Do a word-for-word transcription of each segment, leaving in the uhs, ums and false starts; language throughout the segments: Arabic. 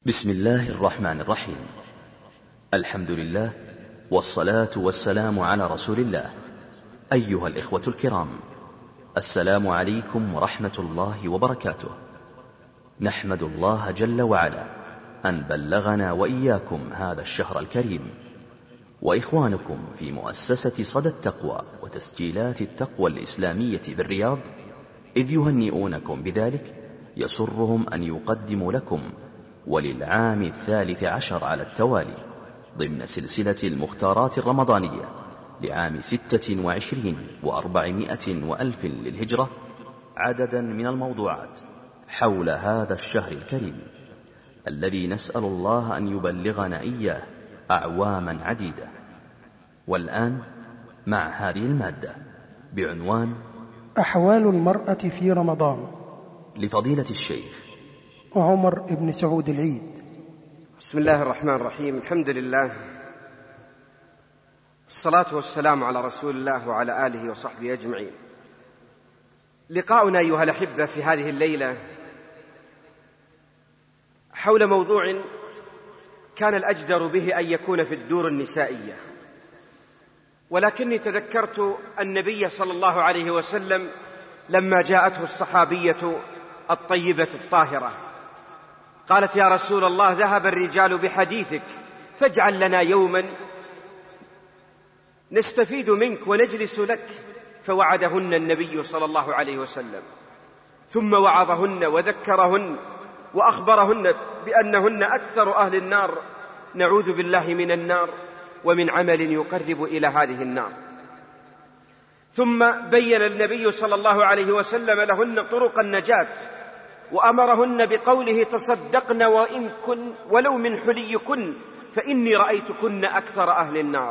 بسم الله الرحمن الرحيم. الحمد لله والصلاة والسلام على رسول الله. أيها الإخوة الكرام، السلام عليكم ورحمة الله وبركاته. نحمد الله جل وعلا أن بلغنا وإياكم هذا الشهر الكريم، وإخوانكم في مؤسسة صدى التقوى وتسجيلات التقوى الإسلامية بالرياض إذ يهنئونكم بذلك يسرهم أن يقدموا لكم وللعام الثالث عشر على التوالي ضمن سلسلة المختارات الرمضانية لعام ستة وعشرين وأربعمائة وألف للهجرة عددا من الموضوعات حول هذا الشهر الكريم الذي نسأل الله أن يبلغنا إياه أعواما عديدة. والآن مع هذه المادة بعنوان أحوال المرأة في رمضان لفضيلة الشيخ عمر بن سعود العيد. بسم الله الرحمن الرحيم. الحمد لله، الصلاة والسلام على رسول الله وعلى آله وصحبه أجمعين. لقاؤنا أيها الأحبة في هذه الليلة حول موضوع كان الأجدر به أن يكون في الدور النسائية، ولكني تذكرت النبي صلى الله عليه وسلم لما جاءته الصحابية الطيبة الطاهرة قالت: يا رسول الله، ذهب الرجال بحديثك فاجعل لنا يوما نستفيد منك ونجلس لك. فوعدهن النبي صلى الله عليه وسلم، ثم وعظهن وذكرهن وأخبرهن بأنهن أكثر أهل النار، نعوذ بالله من النار ومن عمل يقرب إلى هذه النار. ثم بين النبي صلى الله عليه وسلم لهن طرق النجاة، وأمرهن بقوله: تصدقن وإن كن ولو من حليكن فإني رأيتكن أكثر أهل النار.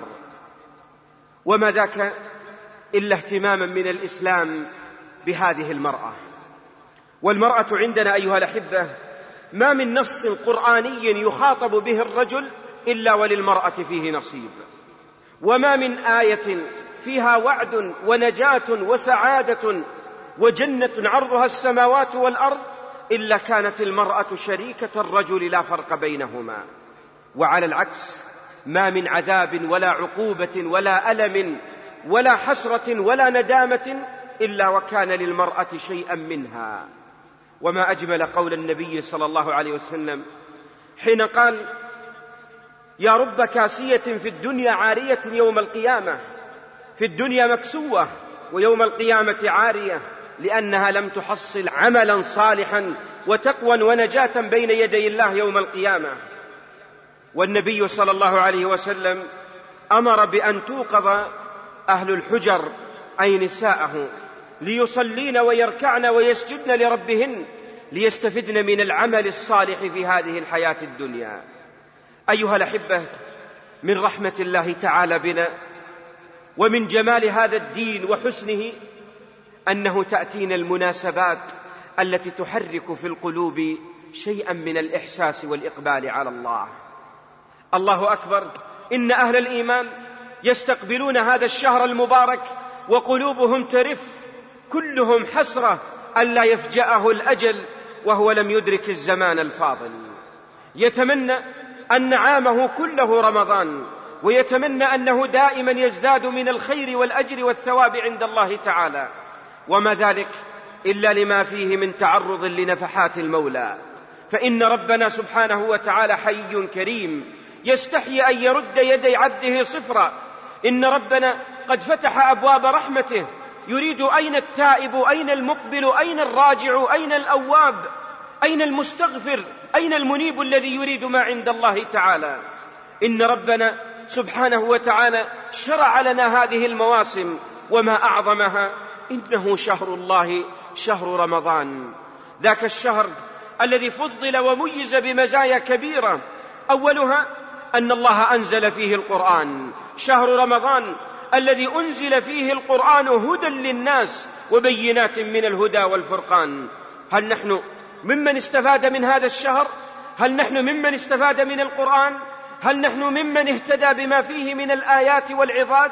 وما ذاك إلا اهتماما من الإسلام بهذه المرأة. والمرأة عندنا أيها الأحبة ما من نص قرآني يخاطب به الرجل إلا وللمرأة فيه نصيب، وما من آية فيها وعد ونجاة وسعادة وجنة عرضها السماوات والأرض إلا كانت المرأة شريكة الرجل لا فرق بينهما. وعلى العكس ما من عذاب ولا عقوبة ولا ألم ولا حسرة ولا ندامة إلا وكان للمرأة شيئا منها. وما أجمل قول النبي صلى الله عليه وسلم حين قال: يا رب كاسية في الدنيا عارية يوم القيامة، في الدنيا مكسوة ويوم القيامة عارية، لأنها لم تحصل عملا صالحا وتقوى ونجاة بين يدي الله يوم القيامة. والنبي صلى الله عليه وسلم أمر بأن توقظ أهل الحجر أي نساءه ليصلين ويركعن ويسجدن لربهن ليستفدن من العمل الصالح في هذه الحياة الدنيا. أيها الأحبة، من رحمة الله تعالى بنا ومن جمال هذا الدين وحسنه أنه تأتينا المناسبات التي تحرك في القلوب شيئا من الإحساس والإقبال على الله. الله أكبر، إن أهل الإيمان يستقبلون هذا الشهر المبارك وقلوبهم ترف، كلهم حسرة ألا يفجأه الأجل وهو لم يدرك الزمان الفاضل. يتمنى أن عامه كله رمضان، ويتمنى أنه دائما يزداد من الخير والأجر والثواب عند الله تعالى، وما ذلك إلا لما فيه من تعرض لنفحات المولى. فإن ربنا سبحانه وتعالى حي كريم يستحي أن يرد يدي عبده صفرا. إن ربنا قد فتح أبواب رحمته، يريد أين التائب، أين المقبل، أين الراجع، أين الأواب، أين المستغفر، أين المنيب الذي يريد ما عند الله تعالى. إن ربنا سبحانه وتعالى شرع لنا هذه المواسم، وما أعظمها إنه شهر الله شهر رمضان، ذاك الشهر الذي فضل وميز بمزايا كبيرة. أولها أن الله أنزل فيه القرآن، شهر رمضان الذي أنزل فيه القرآن هدى للناس وبينات من الهدى والفرقان. هل نحن ممن استفاد من هذا الشهر؟ هل نحن ممن استفاد من القرآن؟ هل نحن ممن اهتدى بما فيه من الآيات والعظات؟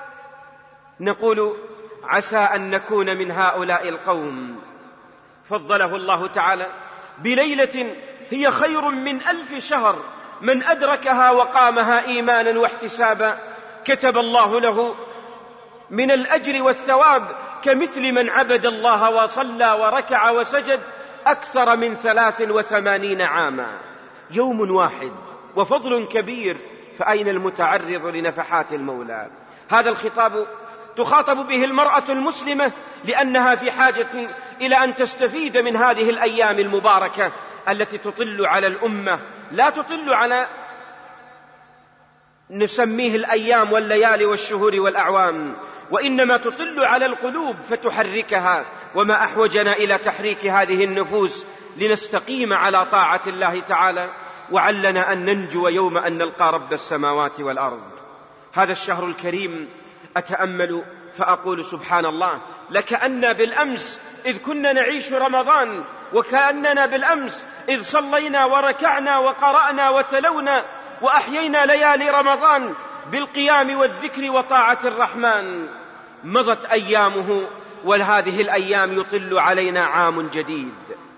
نقول عسى أن نكون من هؤلاء القوم. فضله الله تعالى بليلة هي خير من ألف شهر، من أدركها وقامها إيمانا واحتسابا كتب الله له من الأجر والثواب كمثل من عبد الله وصلى وركع وسجد أكثر من ثلاث وثمانين عاما. يوم واحد وفضل كبير، فأين المتعرض لنفحات المولى؟ هذا الخطاب تخاطب به المرأة المسلمة لأنها في حاجة إلى أن تستفيد من هذه الأيام المباركة التي تطل على الأمة، لا تطل على نسميه الأيام والليالي والشهور والأعوام، وإنما تطل على القلوب فتحركها. وما أحوجنا إلى تحريك هذه النفوس لنستقيم على طاعة الله تعالى، وعلنا أن ننجو يوم أن نلقى رب السماوات والأرض. هذا الشهر الكريم أتأمل فأقول سبحان الله، لكأننا بالأمس إذ كنا نعيش رمضان، وكأننا بالأمس إذ صلينا وركعنا وقرأنا وتلونا وأحيينا ليالي رمضان بالقيام والذكر وطاعة الرحمن. مضت أيامه وهذه الأيام يطل علينا عام جديد،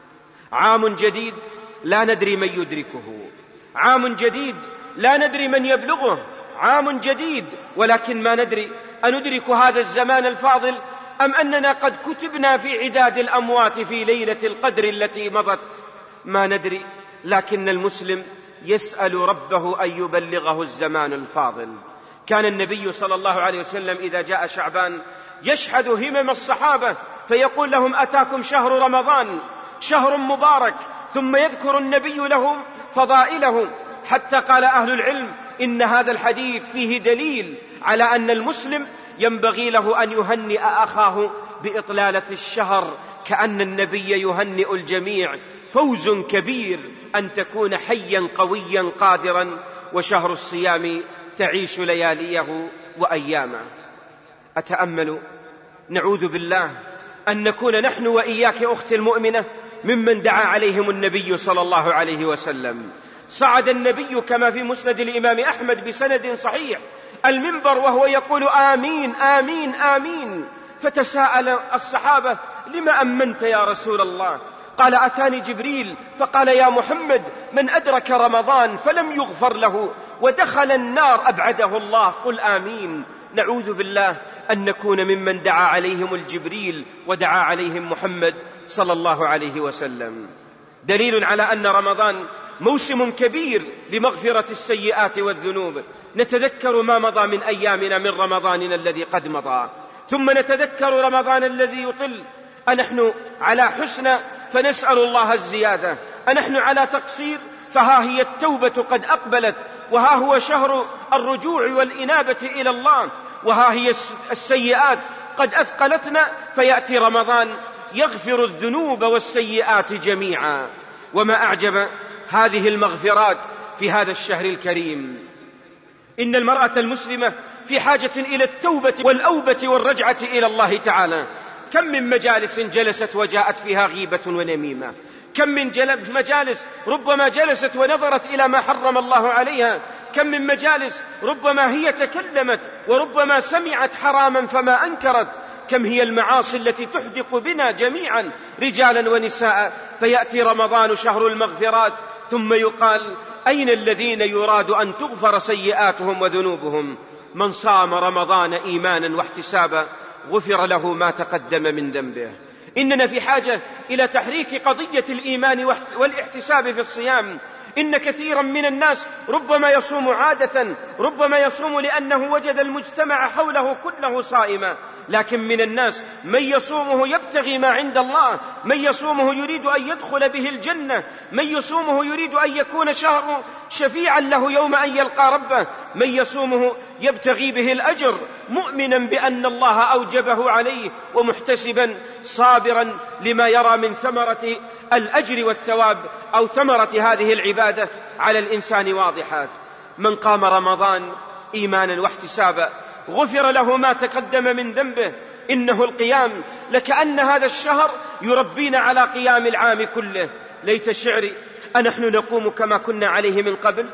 عام جديد لا ندري من يدركه، عام جديد لا ندري من يبلغه، عام جديد ولكن ما ندري أندرك هذا الزمان الفاضل أم أننا قد كتبنا في عداد الأموات في ليلة القدر التي مضت. ما ندري، لكن المسلم يسأل ربه أن يبلغه الزمان الفاضل. كان النبي صلى الله عليه وسلم إذا جاء شعبان يشحذ همم الصحابة فيقول لهم أتاكم شهر رمضان شهر مبارك، ثم يذكر النبي لهم فضائله، حتى قال أهل العلم إن هذا الحديث فيه دليل على أن المسلم ينبغي له أن يهنئ أخاه بإطلالة الشهر، كأن النبي يهنئ الجميع. فوز كبير أن تكون حيا قويا قادرا، وشهر الصيام تعيش لياليه وأيامه. أتأمل، نعوذ بالله أن نكون نحن وإياك أختي المؤمنة ممن دعا عليهم النبي صلى الله عليه وسلم. صعد النبي كما في مسند الإمام أحمد بسند صحيح المنبر وهو يقول آمين آمين آمين، فتساءل الصحابة لما أمنت يا رسول الله؟ قال أتاني جبريل فقال يا محمد من أدرك رمضان فلم يغفر له ودخل النار أبعده الله، قل آمين. نعوذ بالله أن نكون ممن دعا عليهم الجبريل ودعا عليهم محمد صلى الله عليه وسلم. دليل على أن رمضان موسم كبير لمغفرة السيئات والذنوب. نتذكر ما مضى من أيامنا من رمضاننا الذي قد مضى، ثم نتذكر رمضان الذي يطل. أنحن على حسن فنسأل الله الزيادة، أنحن على تقصير فها هي التوبة قد أقبلت، وها هو شهر الرجوع والإنابة إلى الله، وها هي السيئات قد أثقلتنا، فيأتي رمضان يغفر الذنوب والسيئات جميعا. وما أعجب هذه المغفرات في هذا الشهر الكريم. إن المرأة المسلمة في حاجة إلى التوبة والأوبة والرجعة إلى الله تعالى. كم من مجالس جلست وجاءت فيها غيبة ونميمة، كم من مجالس ربما جلست ونظرت إلى ما حرم الله عليها، كم من مجالس ربما هي تكلمت وربما سمعت حراما فما أنكرت. كم هي المعاصي التي تحدق بنا جميعا رجالا ونساء. فيأتي رمضان شهر المغفرات ثم يقال أين الذين يراد أن تغفر سيئاتهم وذنوبهم؟ من صام رمضان إيمانا واحتسابا غفر له ما تقدم من ذنبه. إننا في حاجة إلى تحريك قضية الإيمان والاحتساب في الصيام. إن كثيرا من الناس ربما يصوم عادة، ربما يصوم لأنه وجد المجتمع حوله كله صائما، لكن من الناس من يصومه يبتغي ما عند الله، من يصومه يريد أن يدخل به الجنة، من يصومه يريد أن يكون شهر شفيعا له يوم أن يلقى ربه، من يصومه يبتغي به الأجر مؤمنا بأن الله أوجبه عليه ومحتسبا صابرا لما يرى من ثمرة الأجر والثواب أو ثمرة هذه العبادة على الإنسان واضحات. من قام رمضان إيمانا واحتسابا غفر له ما تقدم من ذنبه. إنه القيام لكأن هذا الشهر يربينا على قيام العام كله. ليت شعري أنحن نقوم كما كنا عليه من قبل،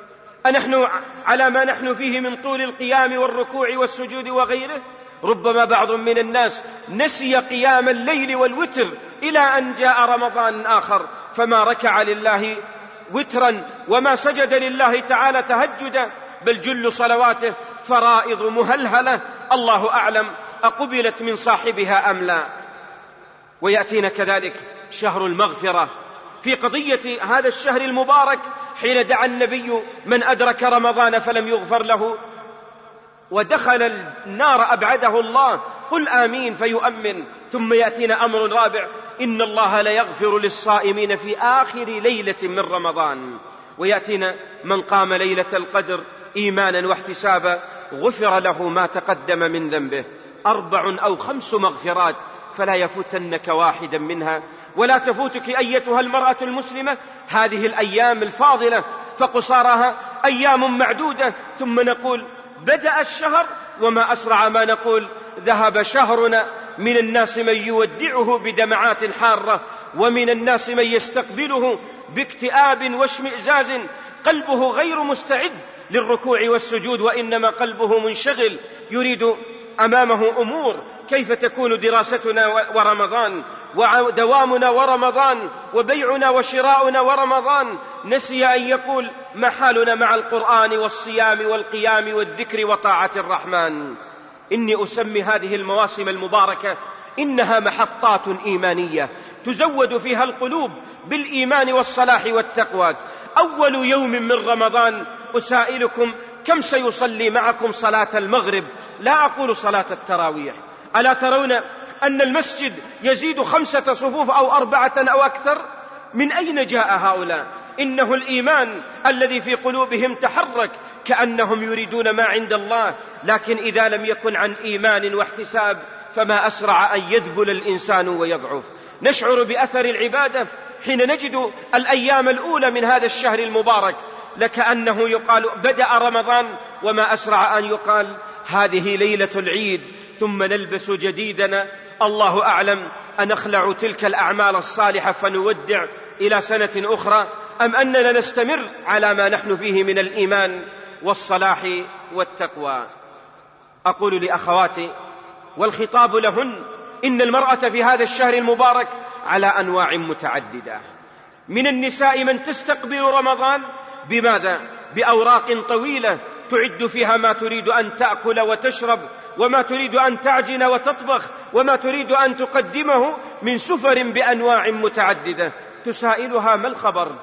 أنحن على ما نحن فيه من طول القيام والركوع والسجود وغيره. ربما بعض من الناس نسي قيام الليل والوتر إلى أن جاء رمضان آخر فما ركع لله وترا وما سجد لله تعالى تهجدا، بل جل صلواته فرائض مهلهلة الله أعلم أقبلت من صاحبها أم لا. ويأتينا كذلك شهر المغفرة. في قضية هذا الشهر المبارك حين دعا النبي من أدرك رمضان فلم يغفر له ودخل النار أبعده الله، قل آمين فيؤمن. ثم يأتينا أمر رابع، إن الله لا يغفر للصائمين في آخر ليلة من رمضان. ويأتينا من قام ليلة القدر إيمانا واحتسابا غفر له ما تقدم من ذنبه. أربع أو خمس مغفرات فلا يفوتنك واحدا منها، ولا تفوتك أيتها المرأة المسلمة هذه الأيام الفاضلة، فقصارها أيام معدودة. ثم نقول بدأ الشهر وما أسرع ما نقول ذهب شهرنا. من الناس من يودعه بدمعات حارة، ومن الناس من يستقبله باكتئاب واشمئزاز، قلبه غير مستعد للركوع والسجود، وإنما قلبه منشغل يريد أمامه أمور، كيف تكون دراستنا ورمضان ودوامنا ورمضان وبيعنا وشراؤنا ورمضان. نسي أن يقول ما حالنا مع القرآن والصيام والقيام والذكر وطاعة الرحمن. إني أسمي هذه المواسم المباركة إنها محطات إيمانية تزود فيها القلوب بالإيمان والصلاح والتقوى. أول يوم من رمضان أسائلكم كم سيصلي معكم صلاة المغرب؟ لا أقول صلاة التراويح. ألا ترون أن المسجد يزيد خمسة صفوف أو أربعة أو أكثر؟ من أين جاء هؤلاء؟ إنه الإيمان الذي في قلوبهم تحرك كأنهم يريدون ما عند الله. لكن إذا لم يكن عن إيمان واحتساب فما أسرع أن يذبل الإنسان ويضعف. نشعر بأثر العبادة حين نجد الأيام الأولى من هذا الشهر المبارك لكأنه يقال بدأ رمضان، وما أسرع أن يقال هذه ليلة العيد، ثم نلبس جديدنا. الله أعلم أنخلع تلك الأعمال الصالحة فنودع إلى سنة أخرى، أم أننا نستمر على ما نحن فيه من الإيمان والصلاح والتقوى. أقول لأخواتي والخطاب لهن إن المرأة في هذا الشهر المبارك على أنواع متعددة. من النساء من تستقبل رمضان بماذا؟ بأوراق طويلة تعد فيها ما تريد أن تأكل وتشرب، وما تريد أن تعجن وتطبخ، وما تريد أن تقدمه من سفر بأنواع متعددة. تسائلها ما الخبر؟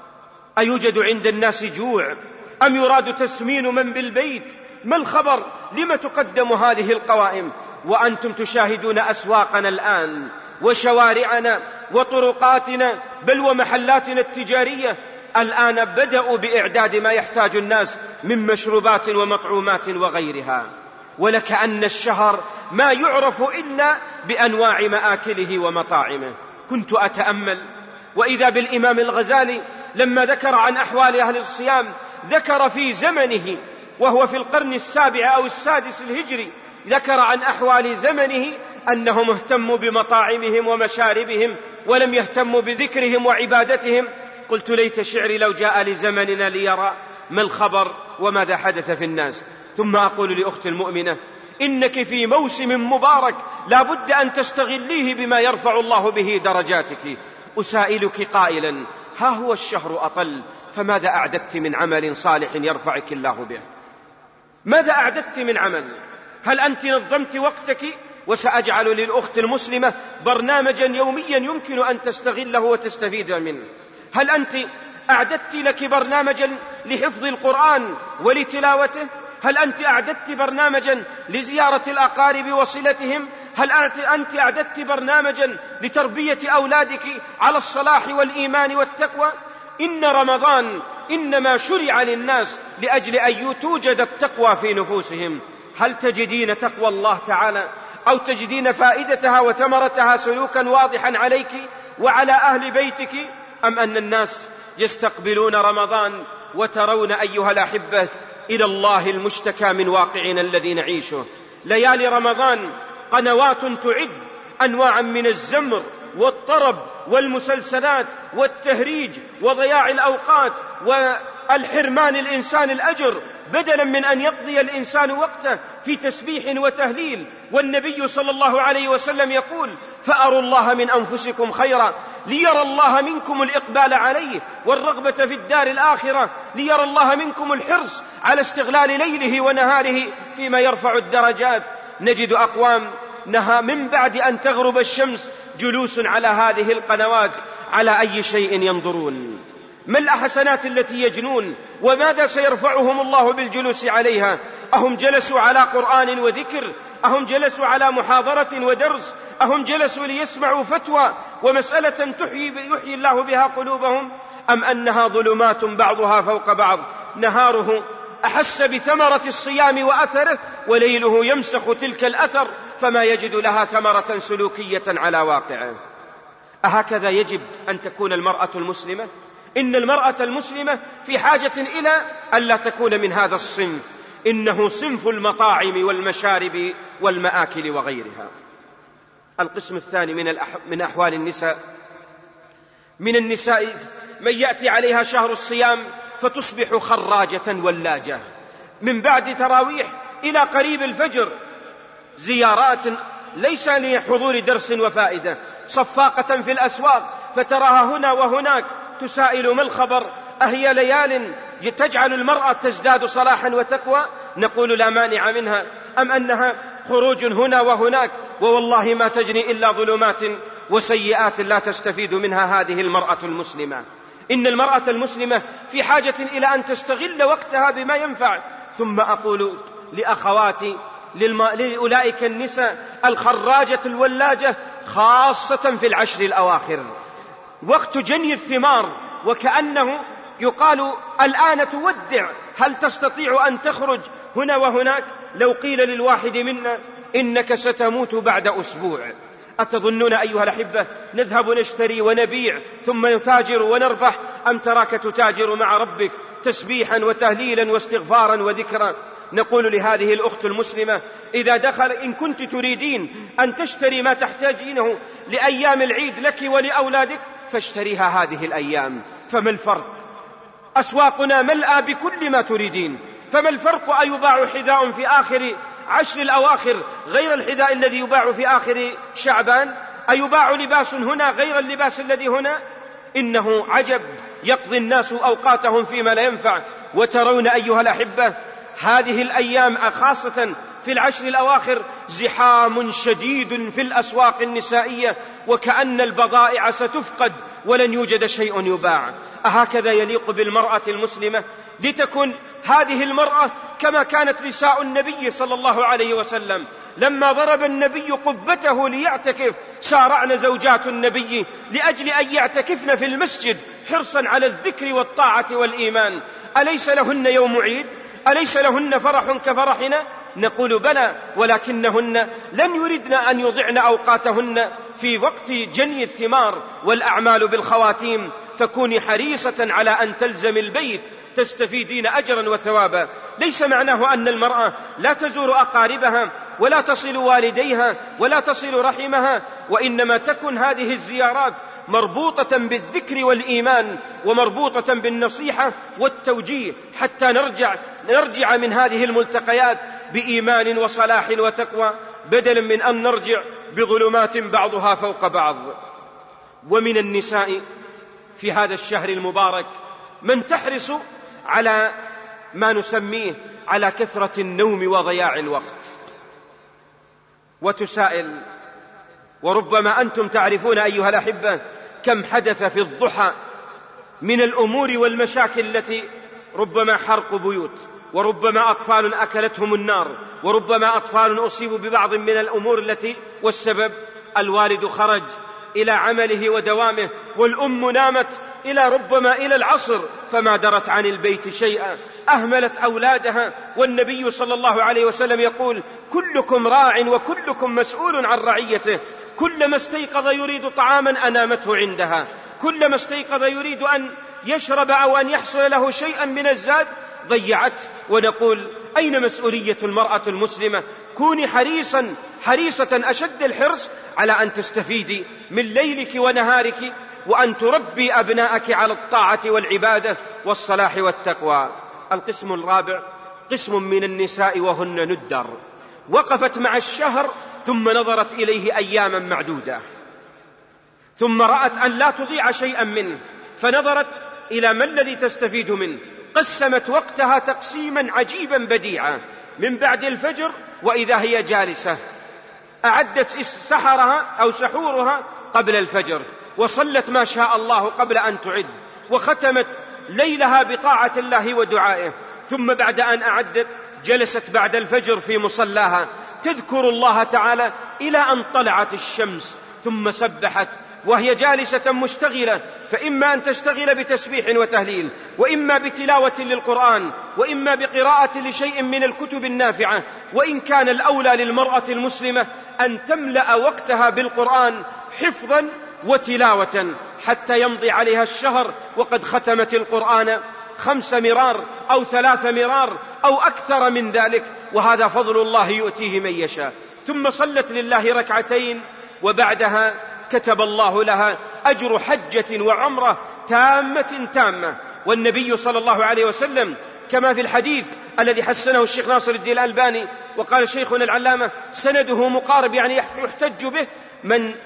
أيوجد عند الناس جوع أم يراد تسمين من بالبيت؟ ما الخبر؟ لم تقدم هذه القوائم وأنتم تشاهدون أسواقنا الآن وشوارعنا وطرقاتنا بل ومحلاتنا التجارية الآن بدأوا بإعداد ما يحتاج الناس من مشروبات ومطعومات وغيرها، ولكأن الشهر ما يعرف إلا بأنواع مآكله ومطاعمه. كنت أتأمل وإذا بالإمام الغزالي لما ذكر عن أحوال أهل الصيام ذكر في زمنه وهو في القرن السابع أو السادس الهجري، ذكر عن أحوال زمنه أنهم اهتموا بمطاعمهم ومشاربهم ولم يهتموا بذكرهم وعبادتهم. قلت ليت شعري لو جاء لزمننا ليرى ما الخبر وماذا حدث في الناس. ثم أقول لأختي المؤمنة إنك في موسم مبارك لا بد أن تستغليه بما يرفع الله به درجاتك. أسائلك قائلا ها هو الشهر أطل، فماذا أعددت من عمل صالح يرفعك الله به؟ ماذا أعددت من عمل؟ هل أنت نظمت وقتك؟ وسأجعل للأخت المسلمة برنامجا يوميا يمكن أن تستغله وتستفيد منه. هل أنت أعددت لك برنامجا لحفظ القرآن ولتلاوته؟ هل أنت أعددت برنامجا لزيارة الأقارب وصلتهم؟ هل أنت أعددت برنامجا لتربية أولادك على الصلاح والإيمان والتقوى؟ إن رمضان إنما شرع للناس لأجل أن توجد التقوى في نفوسهم. هل تجدين تقوى الله تعالى أو تجدين فائدتها وثمرتها سلوكا واضحا عليك وعلى أهل بيتك، أم أن الناس يستقبلون رمضان وترون أيها الأحبة إلى الله المشتكى من واقعنا الذي نعيشه؟ ليالي رمضان قنوات تعد أنواعا من الزمر والطرب والمسلسلات والتهريج وضياع الأوقات الحرمان الإنسان الأجر بدلا من أن يقضي الإنسان وقته في تسبيح وتهليل. والنبي صلى الله عليه وسلم يقول: فأروا الله من أنفسكم خيرا ليرى الله منكم الإقبال عليه والرغبة في الدار الآخرة، ليرى الله منكم الحرص على استغلال ليله ونهاره فيما يرفع الدرجات. نجد أقوام نهى من بعد أن تغرب الشمس جلوس على هذه القنوات، على أي شيء ينظرون؟ ما الحسنات التي يجنون؟ وماذا سيرفعهم الله بالجلوس عليها؟ أهم جلسوا على قرآن وذكر؟ أهم جلسوا على محاضرة ودرس؟ أهم جلسوا ليسمعوا فتوى ومسألة تحيي يحيي الله بها قلوبهم؟ أم أنها ظلمات بعضها فوق بعض، نهاره أحس بثمرة الصيام وأثره، وليله يمسخ تلك الأثر فما يجد لها ثمرة سلوكية على واقعه. أهكذا يجب أن تكون المرأة المسلمة؟ إن المرأة المسلمة في حاجة إلى أن لا تكون من هذا الصنف، إنه صنف المطاعم والمشارب والمآكل وغيرها. القسم الثاني من, الأح... من أحوال النساء: من النساء من يأتي عليها شهر الصيام فتصبح خراجة ولاجة، من بعد تراويح إلى قريب الفجر، زيارات ليس لحضور درس وفائدة، صفاقة في الأسواق فتراها هنا وهناك تسائل ما الخبر، أهي ليال تجعل المرأة تزداد صلاحا وتقوى؟ نقول لا مانع منها. أم أنها خروج هنا وهناك ووالله ما تجني إلا ظلمات وسيئات لا تستفيد منها هذه المرأة المسلمة؟ إن المرأة المسلمة في حاجة إلى أن تستغل وقتها بما ينفع. ثم أقول لأخواتي لأولئك النساء الخراجة الولاجة خاصة في العشر الأواخر، وقت جني الثمار، وكأنه يقال الآن تودع، هل تستطيع أن تخرج هنا وهناك؟ لو قيل للواحد منا إنك ستموت بعد أسبوع، أتظنون أيها الأحبة نذهب نشتري ونبيع ثم نتاجر ونربح، أم تراك تتاجر مع ربك تسبيحا وتهليلا واستغفارا وذكرا؟ نقول لهذه الأخت المسلمة: إذا دخل إن كنت تريدين أن تشتري ما تحتاجينه لأيام العيد لك ولأولادك فاشتريها هذه الأيام. فما الفرق؟ أسواقنا ملأى بكل ما تريدين، فما الفرق أيباع حذاء في آخر عشر الأواخر غير الحذاء الذي يباع في آخر شعبان؟ أيباع لباس هنا غير اللباس الذي هنا؟ إنه عجب يقضي الناس أوقاتهم فيما لا ينفع. وترون أيها الأحبة هذه الأيام خاصة في العشر الأواخر زحام شديد في الأسواق النسائية، وكأن البضائع ستفقد ولن يوجد شيء يباع. أهكذا يليق بالمرأة المسلمة؟ لتكن هذه المرأة كما كانت نساء النبي صلى الله عليه وسلم، لما ضرب النبي قبته ليعتكف سارعن زوجات النبي لأجل أن يعتكفن في المسجد حرصا على الذكر والطاعة والإيمان. أليس لهن يوم عيد؟ أليس لهن فرح كفرحنا؟ نقول بلى، ولكنهن لن يردن أن يضعن أوقاتهن في وقت جني الثمار والأعمال بالخواتيم. فكوني حريصة على أن تلزم البيت تستفيدين أجرا وثوابا. ليس معناه أن المرأة لا تزور أقاربها ولا تصل والديها ولا تصل رحمها، وإنما تكن هذه الزيارات مربوطة بالذكر والإيمان ومربوطة بالنصيحة والتوجيه، حتى نرجع, نرجع من هذه الملتقيات بإيمان وصلاح وتقوى، بدلا من أن نرجع بظلمات بعضها فوق بعض. ومن النساء في هذا الشهر المبارك من تحرص على ما نسميه على كثرة النوم وضياع الوقت، وتسائل. وربما أنتم تعرفون أيها الأحبة كم حدث في الضحى من الأمور والمشاكل التي ربما حرق بيوت، وربما أطفال أكلتهم النار، وربما أطفال أصيبوا ببعض من الأمور التي والسبب الوالد خرج إلى عمله ودوامه، والأم نامت إلى ربما إلى العصر فما درت عن البيت شيئا، أهملت أولادها. والنبي صلى الله عليه وسلم يقول: كلكم راع وكلكم مسؤول عن رعيته. كلما استيقظ يريد طعاما أنامته عندها، كلما استيقظ يريد أن يشرب أو أن يحصل له شيئا من الزاد ضيعته. ونقول أين مسؤولية المرأة المسلمة؟ كوني حريصا حريصة أشد الحرص على أن تستفيدي من ليلك ونهارك، وأن تربي أبناءك على الطاعة والعبادة والصلاح والتقوى. القسم الرابع قسم من النساء وهن ندر، وقفت مع الشهر ثم نظرت إليه أياما معدودة، ثم رأت أن لا تضيع شيئا منه فنظرت إلى ما الذي تستفيد منه. قسمت وقتها تقسيما عجيبا بديعا، من بعد الفجر وإذا هي جالسة أعدت سحرها أو سحورها قبل الفجر، وصلت ما شاء الله قبل أن تعد، وختمت ليلها بطاعة الله ودعائه. ثم بعد أن أعدت جلست بعد الفجر في مصلاها تذكر الله تعالى إلى أن طلعت الشمس، ثم سبحت وهي جالسة مشتغلة، فإما أن تشتغل بتسبيح وتهليل، وإما بتلاوة للقرآن، وإما بقراءة لشيء من الكتب النافعة. وإن كان الأولى للمرأة المسلمة أن تملأ وقتها بالقرآن حفظا وتلاوة حتى يمضي عليها الشهر وقد ختمت القرآن خمس مرار أو ثلاث مرار أو أكثر من ذلك، وهذا فضل الله يؤتيه من يشاء. ثم صلت لله ركعتين، وبعدها كتب الله لها أجر حجة وعمرة تامة تامة. والنبي صلى الله عليه وسلم كما في الحديث الذي حسنه الشيخ ناصر الدين الألباني وقال شيخنا العلامة سنده مقارب، يعني يحتج به: من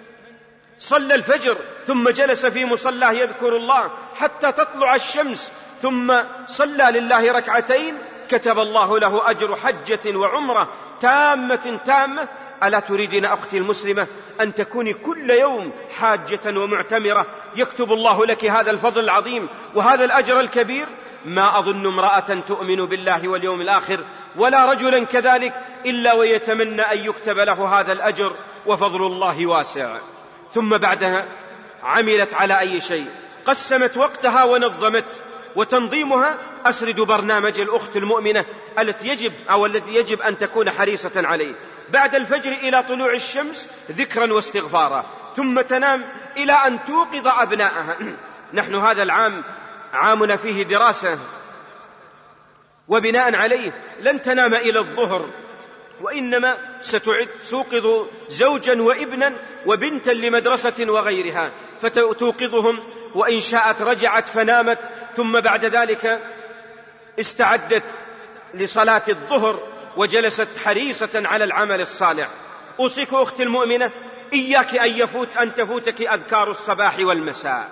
صلى الفجر ثم جلس في مصلاه يذكر الله حتى تطلع الشمس ثم صلى لله ركعتين كتب الله له أجر حجة وعمرة تامة تامة. ألا تريدين أختي المسلمة أن تكوني كل يوم حاجة ومعتمرة يكتب الله لك هذا الفضل العظيم وهذا الأجر الكبير؟ ما أظن امرأة تؤمن بالله واليوم الآخر ولا رجلا كذلك إلا ويتمنى أن يكتب له هذا الأجر، وفضل الله واسع. ثم بعدها عملت على أي شيء، قسمت وقتها ونظمت. وتنظيمها أسرد برنامج الأخت المؤمنة التي يجب أو التي يجب أن تكون حريصة عليه: بعد الفجر إلى طلوع الشمس ذكرا واستغفارا، ثم تنام إلى أن توقظ أبناءها. نحن هذا العام عامنا فيه دراسة، وبناء عليه لن تنام إلى الظهر، وإنما ستوقظ زوجا وابنا وبنتا لمدرسة وغيرها، فتوقظهم، وإن شاءت رجعت فنامت، ثم بعد ذلك استعدت لصلاة الظهر وجلست حريصة على العمل الصالح. أوصيك أختي المؤمنة إياك أن يفوت أن تفوتك أذكار الصباح والمساء،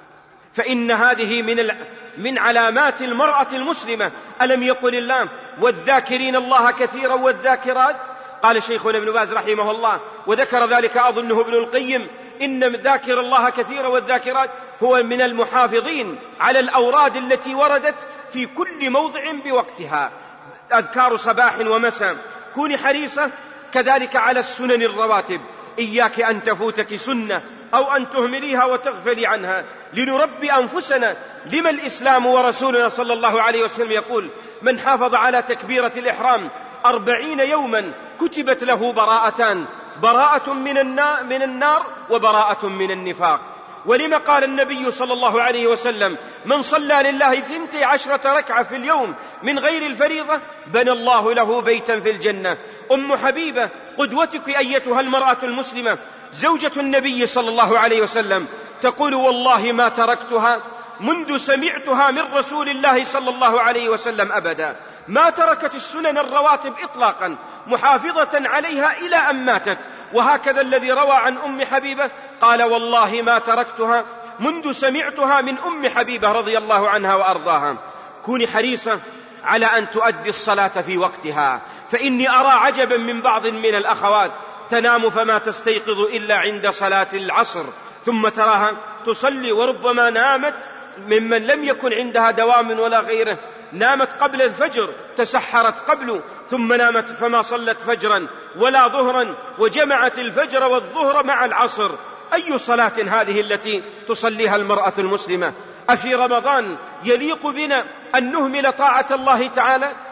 فإن هذه من من علامات المرأة المسلمة. ألم يقل الله: والذاكرين الله كثيرا والذاكرات؟ قال شيخنا ابن باز رحمه الله، وذكر ذلك أظنه ابن القيم: إن ذاكر الله كثيرا والذاكرات هو من المحافظين على الأوراد التي وردت في كل موضع بوقتها، أذكار صباح ومساء. كوني حريصة كذلك على السنن الرواتب، إياك أن تفوتك سنة أو أن تهمليها وتغفلي عنها، لنربي أنفسنا. لما الإسلام ورسولنا صلى الله عليه وسلم يقول: من حافظ على تكبيرة الإحرام أربعين يوما كتبت له براءتان، براءة من النار, من النار وبراءة من النفاق. ولما قال النبي صلى الله عليه وسلم: من صلى لله ثنتي عشرة ركعة في اليوم من غير الفريضة بنى الله له بيتا في الجنة. أم حبيبة قدوتك أيتها المرأة المسلمة زوجة النبي صلى الله عليه وسلم تقول: والله ما تركتها منذ سمعتها من رسول الله صلى الله عليه وسلم أبدا، ما تركت السنن الرواتب إطلاقا، محافظة عليها إلى أن ماتت. وهكذا الذي روى عن أم حبيبة قال: والله ما تركتها منذ سمعتها من أم حبيبة رضي الله عنها وأرضاها. كوني حريصة على أن تؤدي الصلاة في وقتها، فإني أرى عجبا من بعض من الأخوات تنام فما تستيقظ إلا عند صلاة العصر، ثم تراها تصلي وربما نامت ممن لم يكن عندها دوام ولا غيره، نامت قبل الفجر، تسحرت قبله، ثم نامت فما صلت فجرا ولا ظهرا، وجمعت الفجر والظهر مع العصر. أي صلاة هذه التي تصليها المرأة المسلمة؟ أفي رمضان يليق بنا أن نهمل طاعة الله تعالى؟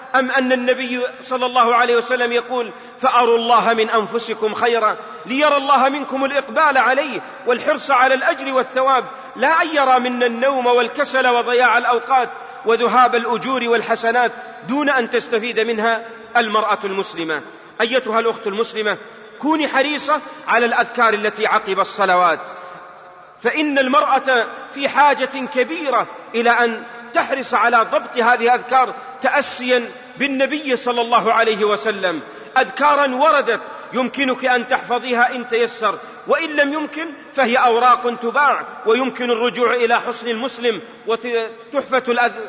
أم أن النبي صلى الله عليه وسلم يقول فأروا الله من أنفسكم خيرا ليرى الله منكم الإقبال عليه والحرص على الأجر والثواب، لا أن يرى منا النوم والكسل وضياع الأوقات وذهاب الأجور والحسنات دون أن تستفيد منها المرأة المسلمة. أيتها الأخت المسلمة، كوني حريصة على الأذكار التي عقب الصلوات، فإن المرأة في حاجة كبيرة إلى أن تحرص على ضبط هذه الأذكار تأسيا بالنبي صلى الله عليه وسلم. أذكارا وردت يمكنك أن تحفظيها إن تيسر، وإن لم يمكن فهي أوراق تباع، ويمكن الرجوع إلى حصن المسلم وتحفة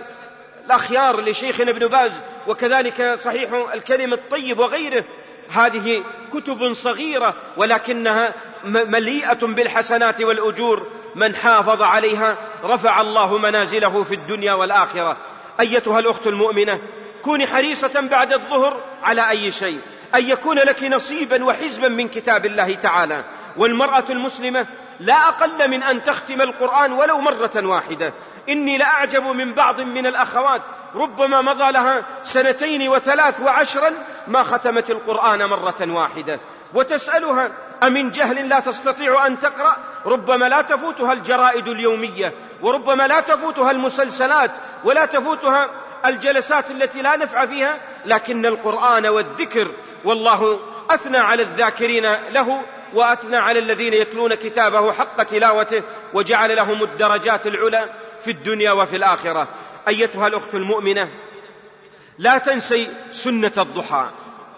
الأخيار لشيخنا ابن باز، وكذلك صحيح الكلم الطيب وغيره. هذه كتب صغيرة ولكنها مليئة بالحسنات والأجور، من حافظ عليها رفع الله منازله في الدنيا والآخرة. أيتها الأخت المؤمنة، كوني حريصة بعد الظهر على أي شيء أن يكون لك نصيبا وحزبا من كتاب الله تعالى. والمرأة المسلمة لا أقل من أن تختم القرآن ولو مرة واحدة. إني لأعجب من بعض من الأخوات ربما مضى لها سنتين وثلاث وعشرا ما ختمت القرآن مرة واحدة، وتسألها أمن جهل لا تستطيع أن تقرأ؟ ربما لا تفوتها الجرائد اليومية، وربما لا تفوتها المسلسلات، ولا تفوتها الجلسات التي لا نفع فيها، لكن القرآن والذكر، والله أثنى على الذاكرين له وأثنى على الذين يتلون كتابه حق تلاوته، وجعل لهم الدرجات العلى في الدنيا وفي الآخرة. أيتها الأخت المؤمنة، لا تنسي سنة الضحى،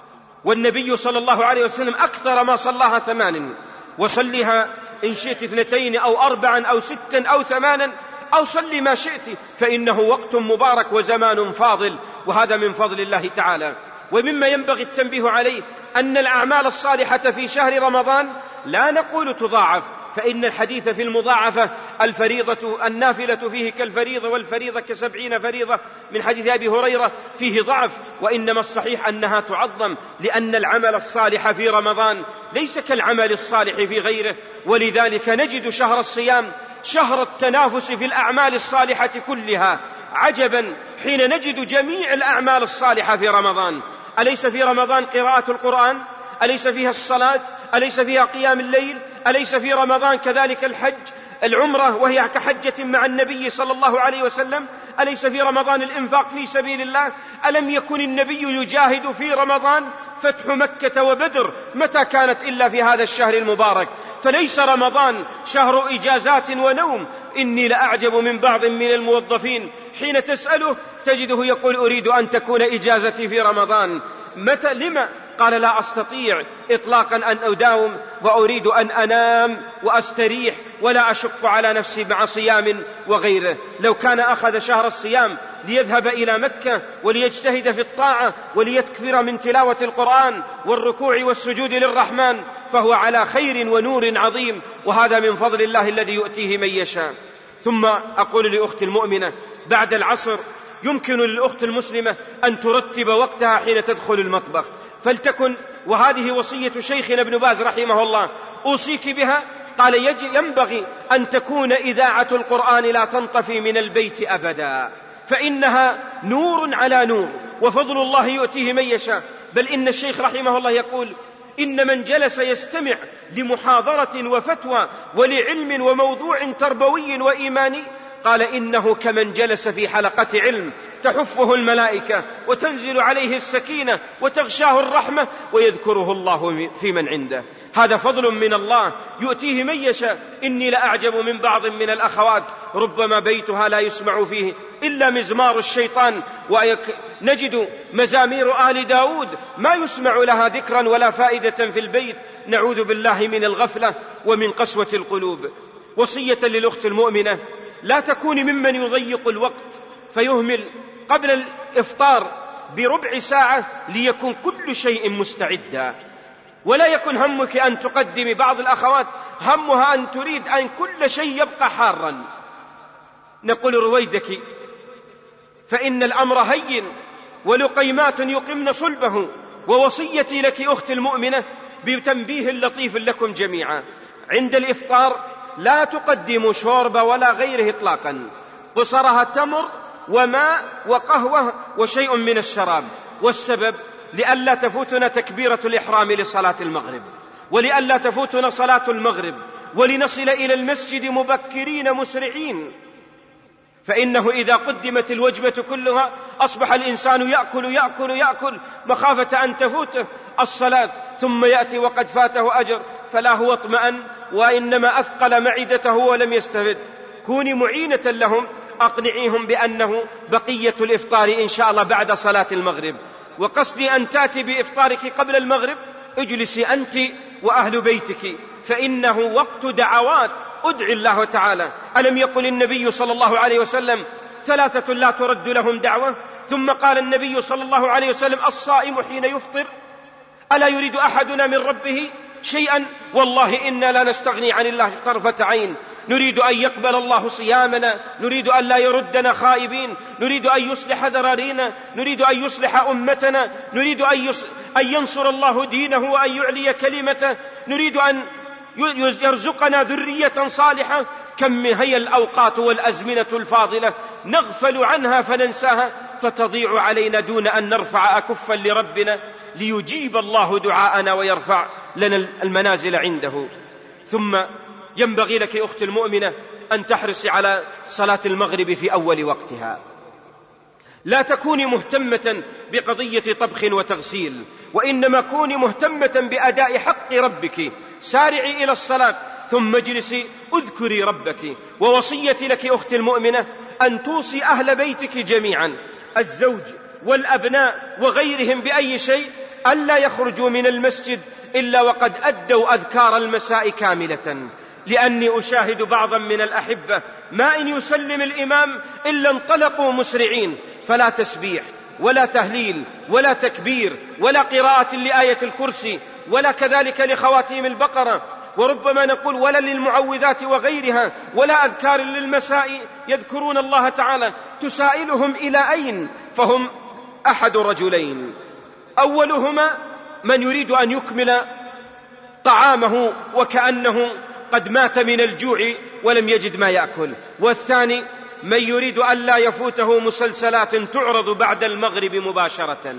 والنبي صلى الله عليه وسلم أكثر ما صلاها ثمان، وصلها إن شئت اثنتين أو أربعا أو ستا أو ثمانا أو صلي ما شئت، فإنه وقت مبارك وزمان فاضل، وهذا من فضل الله تعالى. ومما ينبغي التنبيه عليه أن الأعمال الصالحة في شهر رمضان لا نقول تضاعف، فإن الحديث في المضاعفة الفريضة النافلة فيه كالفريضة والفريضة كسبعين فريضة من حديث أبي هريرة فيه ضعف، وإنما الصحيح أنها تعظم، لأن العمل الصالح في رمضان ليس كالعمل الصالح في غيره. ولذلك نجد شهر الصيام شهر التنافس في الأعمال الصالحة كلها. عجبا حين نجد جميع الأعمال الصالحة في رمضان. أليس في رمضان قراءة القرآن؟ أليس فيها الصلاة؟ أليس فيها قيام الليل؟ أليس في رمضان كذلك الحج، العمرة وهي كحجة مع النبي صلى الله عليه وسلم؟ أليس في رمضان الإنفاق في سبيل الله؟ ألم يكن النبي يجاهد في رمضان؟ فتح مكة وبدر متى كانت إلا في هذا الشهر المبارك؟ فليس رمضان شهر إجازات ونوم. إني لأعجب من بعض من الموظفين حين تسأله تجده يقول أريد أن تكون إجازتي في رمضان. متى؟ لما؟ قال لا أستطيع إطلاقا أن أداوم، وأريد أن أنام وأستريح ولا أشق على نفسي مع صيام وغيره. لو كان أخذ شهر الصيام ليذهب إلى مكة وليجتهد في الطاعة وليكثر من تلاوة القرآن والركوع والسجود للرحمن فهو على خير ونور عظيم، وهذا من فضل الله الذي يؤتيه من يشاء. ثم أقول لأختي المؤمنة، بعد العصر يمكن للأخت المسلمة أن ترتب وقتها حين تدخل المطبخ، فلتكن، وهذه وصية شيخنا ابن باز رحمه الله، أوصيك بها. قال ينبغي أن تكون إذاعة القرآن لا تنطفي من البيت أبدا، فإنها نور على نور، وفضل الله يؤتيه من يشاء. بل إن الشيخ رحمه الله يقول إن من جلس يستمع لمحاضرة وفتوى ولعلم وموضوع تربوي وإيماني، قال إنه كمن جلس في حلقة علم تحفه الملائكة وتنزل عليه السكينة وتغشاه الرحمة ويذكره الله في من عنده. هذا فضل من الله يؤتيه من يشاء. إني لأعجب من بعض من الأخوات ربما بيتها لا يسمع فيه إلا مزمار الشيطان، ونجد مزامير آل داود ما يسمع لها ذكرا ولا فائدة في البيت. نعوذ بالله من الغفلة ومن قسوة القلوب. وصية للأخت المؤمنة، لا تكوني ممن يضيق الوقت فيهمل قبل الإفطار بربع ساعة ليكون كل شيء مستعدا، ولا يكن همك أن تقدمي. بعض الأخوات همها أن تريد أن كل شيء يبقى حارا. نقول رويدك، فإن الأمر هين ولقيمات يقمن صلبه. ووصيتي لك أختي المؤمنة بتنبيه لطيف لكم جميعا، عند الإفطار لا تقدموا شوربة ولا غيره إطلاقا، قصرها تمر وماء وقهوة وشيء من الشراب. والسبب لئلا تفوتنا تكبيرة الإحرام لصلاة المغرب، ولئلا تفوتنا صلاة المغرب، ولنصل إلى المسجد مبكرين مسرعين. فإنه إذا قدمت الوجبة كلها أصبح الإنسان يأكل يأكل يأكل مخافة أن تفوته الصلاة، ثم يأتي وقد فاته أجر، فلا هو اطمأن وإنما أثقل معدته ولم يستفد. كوني معينة لهم، أقنعيهم بأنه بقية الإفطار إن شاء الله بعد صلاة المغرب، وقصدي أن تأتي بإفطارك قبل المغرب. اجلسي أنت وأهل بيتك، فإنه وقت دعوات. ادعي الله تعالى. ألم يقل النبي صلى الله عليه وسلم ثلاثة لا ترد لهم دعوة؟ ثم قال النبي صلى الله عليه وسلم الصائم حين يفطر ألا يريد أحدنا من ربه شيئا؟ والله إنا لا نستغني عن الله طرفة عين. نريد أن يقبل الله صيامنا، نريد أن لا يردنا خائبين، نريد أن يصلح ذرارينا، نريد أن يصلح أمتنا، نريد أن, يص... أن ينصر الله دينه وأن يعلي كلمته، نريد أن يرزقنا ذرية صالحة. كم هي الأوقات والأزمنة الفاضلة نغفل عنها فننساها، فتضيع علينا دون أن نرفع أكفا لربنا ليجيب الله دعاءنا ويرفع لنا المنازل عنده. ثم ينبغي لك أختي المؤمنة أن تحرصي على صلاة المغرب في أول وقتها. لا تكوني مهتمة بقضية طبخ وتغسيل، وإنما كوني مهتمة بأداء حق ربك. سارعي إلى الصلاة ثم اجلسي اذكري ربك. ووصيتي لك أختي المؤمنة أن توصي أهل بيتك جميعا، الزوج والأبناء وغيرهم، بأي شيء ألا يخرجوا من المسجد إلا وقد أدوا أذكار المساء كاملة. لأني أشاهد بعضا من الأحبة ما إن يسلم الإمام إلا انطلقوا مسرعين، فلا تسبيح ولا تهليل ولا تكبير ولا قراءة لآية الكرسي ولا كذلك لخواتيم البقرة، وربما نقول ولا للمعوذات وغيرها، ولا أذكار للمساء يذكرون الله تعالى. تسائلهم إلى أين؟ فهم أحد رجلين: أولهما من يريد أن يكمل طعامه وكأنه قد مات من الجوع ولم يجد ما يأكل، والثاني من يريد أن لا يفوته مسلسلات تعرض بعد المغرب مباشرة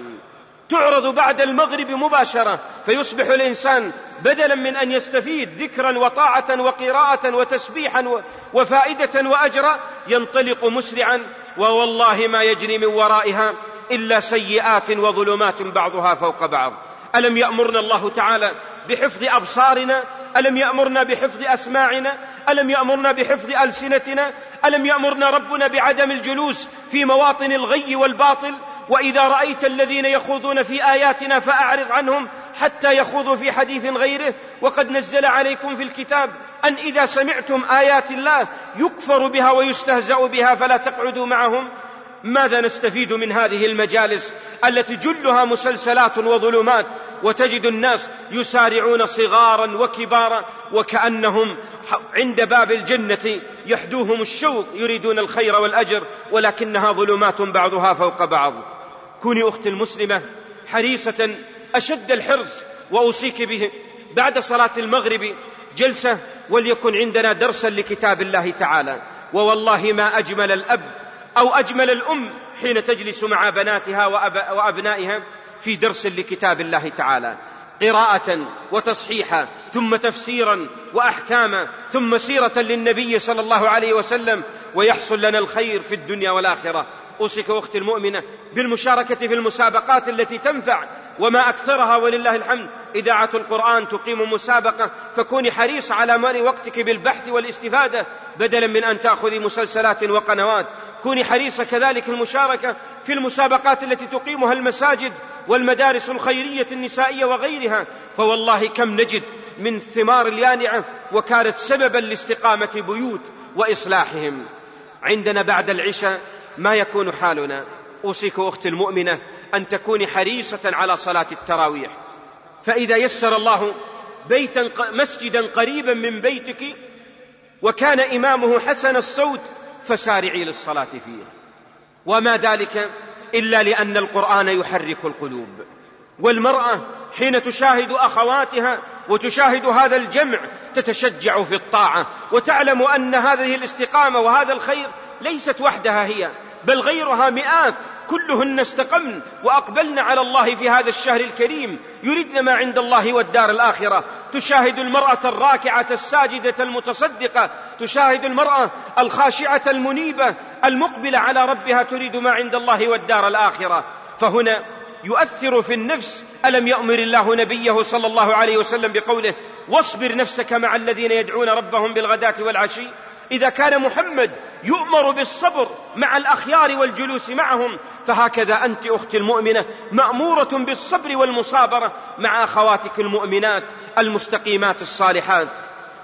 تعرض بعد المغرب مباشرة فيصبح الإنسان بدلا من أن يستفيد ذكرا وطاعة وقراءة وتسبيحا وفائدة وأجرا ينطلق مسرعا، ووالله ما يجري من ورائها إلا سيئات وظلمات بعضها فوق بعض. ألم يأمرنا الله تعالى بحفظ أبصارنا؟ ألم يأمرنا بحفظ أسماعنا؟ ألم يأمرنا بحفظ ألسنتنا؟ ألم يأمرنا ربنا بعدم الجلوس في مواطن الغي والباطل؟ وإذا رأيت الذين يخوضون في آياتنا فأعرض عنهم حتى يخوضوا في حديث غيره. وقد نزل عليكم في الكتاب أن إذا سمعتم آيات الله يكفر بها ويستهزأ بها فلا تقعدوا معهم. ماذا نستفيد من هذه المجالس التي جلها مسلسلات وظلمات، وتجد الناس يسارعون صغارا وكبارا وكأنهم عند باب الجنة يحدوهم الشوق يريدون الخير والأجر، ولكنها ظلمات بعضها فوق بعض. كوني أختي المسلمة حريصة أشد الحرص، وأوصيك به بعد صلاة المغرب جلسة وليكن عندنا درسا لكتاب الله تعالى. ووالله ما أجمل الأب أو أجمل الأم حين تجلس مع بناتها وأب وأبنائها في درس لكتاب الله تعالى، قراءة وتصحيحا ثم تفسيرا وأحكاما ثم سيرة للنبي صلى الله عليه وسلم، ويحصل لنا الخير في الدنيا والآخرة. أوصيك أختي المؤمنة بالمشاركة في المسابقات التي تنفع، وما أكثرها ولله الحمد إذاعة القرآن تقيم مسابقة، فكوني حريص على مال وقتك بالبحث والاستفادة بدلا من أن تأخذي مسلسلات وقنوات. كوني حريصة كذلك المشاركة في المسابقات التي تقيمها المساجد والمدارس الخيرية النسائية وغيرها، فوالله كم نجد من ثمار اليانعة وكانت سببا لاستقامة بيوت وإصلاحهم. عندنا بعد العشاء ما يكون حالنا. أوصيك أختي المؤمنة أن تكوني حريصة على صلاة التراويح، فإذا يسر الله بيتا مسجدا قريبا من بيتك وكان إمامه حسن الصوت فسارعي للصلاة فيه. وما ذلك إلا لأن القرآن يحرك القلوب، والمرأة حين تشاهد أخواتها وتشاهد هذا الجمع تتشجع في الطاعة، وتعلم أن هذه الاستقامة وهذا الخير ليست وحدها هي، بل غيرها مئات كلهن استقمن وأقبلن على الله في هذا الشهر الكريم يردن ما عند الله والدار الآخرة. تشاهد المرأة الراكعة الساجدة المتصدقة، تشاهد المرأة الخاشعة المنيبة المقبلة على ربها تريد ما عند الله والدار الآخرة. فهنا يؤثر في النفس. ألم يأمر الله نبيه صلى الله عليه وسلم بقوله واصبر نفسك مع الذين يدعون ربهم بالغداة والعشي؟ إذا كان محمد يؤمر بالصبر مع الأخيار والجلوس معهم، فهكذا أنت أختي المؤمنة مأمورة بالصبر والمصابرة مع أخواتك المؤمنات المستقيمات الصالحات.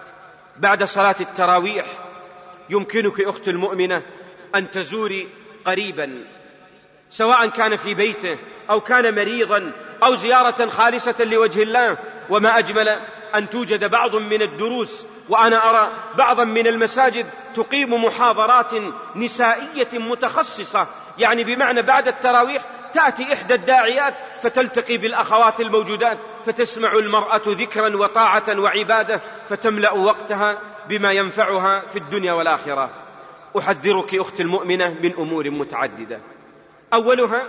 بعد صلاة التراويح يمكنك أختي المؤمنة أن تزوري قريبا، سواء كان في بيته أو كان مريضا أو زيارة خالصة لوجه الله. وما أجمل أن توجد بعض من الدروس، وأنا أرى بعضا من المساجد تقيم محاضرات نسائية متخصصة، يعني بمعنى بعد التراويح تأتي إحدى الداعيات فتلتقي بالأخوات الموجودات فتسمع المرأة ذكرا وطاعة وعبادة فتملأ وقتها بما ينفعها في الدنيا والآخرة. أحذرك أختي المؤمنة من أمور متعددة. أولها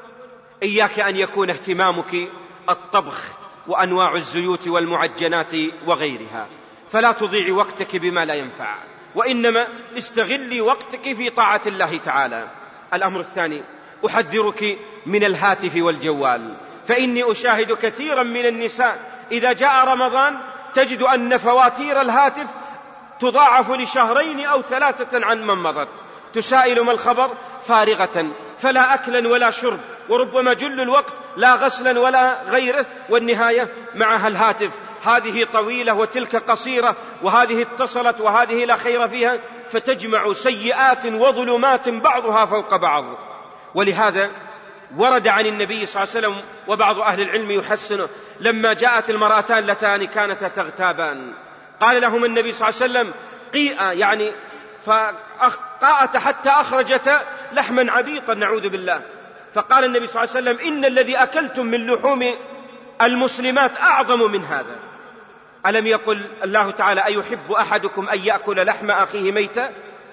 إياك أن يكون اهتمامك الطبخ وأنواع الزيوت والمعجنات وغيرها، فلا تضيعي وقتك بما لا ينفع، وإنما استغلي وقتك في طاعة الله تعالى. الأمر الثاني أحذرك من الهاتف والجوال، فإني أشاهد كثيرا من النساء إذا جاء رمضان تجد أن فواتير الهاتف تضاعف لشهرين أو ثلاثة عن من مضت، تسائل ما الخبر فارغة، فلا أكلا ولا شرب، وربما جل الوقت لا غسلا ولا غيره، والنهاية معها الهاتف. هذه طويلة وتلك قصيرة، وهذه اتصلت وهذه لا خير فيها، فتجمع سيئات وظلمات بعضها فوق بعض. ولهذا ورد عن النبي صلى الله عليه وسلم وبعض أهل العلم يحسنه لما جاءت المرأتان اللتان كانتا تغتابان، قال لهم النبي صلى الله عليه وسلم قيئة، يعني فقاءت حتى أخرجتا لحما عبيطا نعوذ بالله. فقال النبي صلى الله عليه وسلم إن الذي أكلتم من لحوم المسلمات أعظم من هذا. ألم يقل الله تعالى أيحب أحدكم أن يأكل لحم أخيه ميتا؟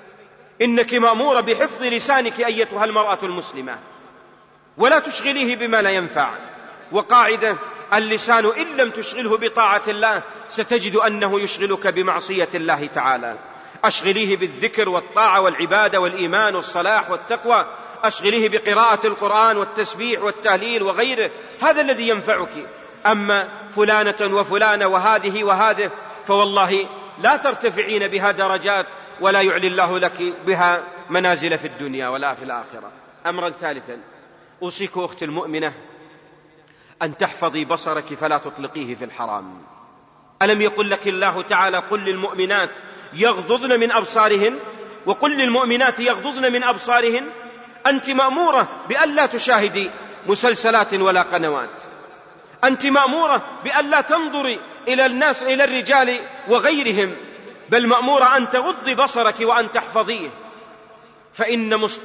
إنك مأمورة بحفظ لسانك أيتها المرأة المسلمة، ولا تشغليه بما لا ينفع. وقاعدة اللسان إن لم تشغله بطاعة الله ستجد أنه يشغلك بمعصية الله تعالى. أشغليه بالذكر والطاعة والعبادة والإيمان والصلاح والتقوى، أشغليه بقراءة القرآن والتسبيح والتهليل وغيره، هذا الذي ينفعك. أما فلانة وفلانة وهذه وهذه فوالله لا ترتفعين بها درجات، ولا يعلي الله لك بها منازل في الدنيا ولا في الآخرة. أمرا ثالثا أوصيك أختي المؤمنة أن تحفظي بصرك فلا تطلقيه في الحرام. ألم يقل لك الله تعالى قل للمؤمنات يغضضن من أبصارهن، وقل للمؤمنات يغضضن من أبصارهن؟ أنت مأمورة بأن لا تشاهدي مسلسلات ولا قنوات، أنت مأمورة بأن لا تنظري إلى الناس إلى الرجال وغيرهم، بل مأمورة أن تغضي بصرك وأن تحفظيه، فإن مست...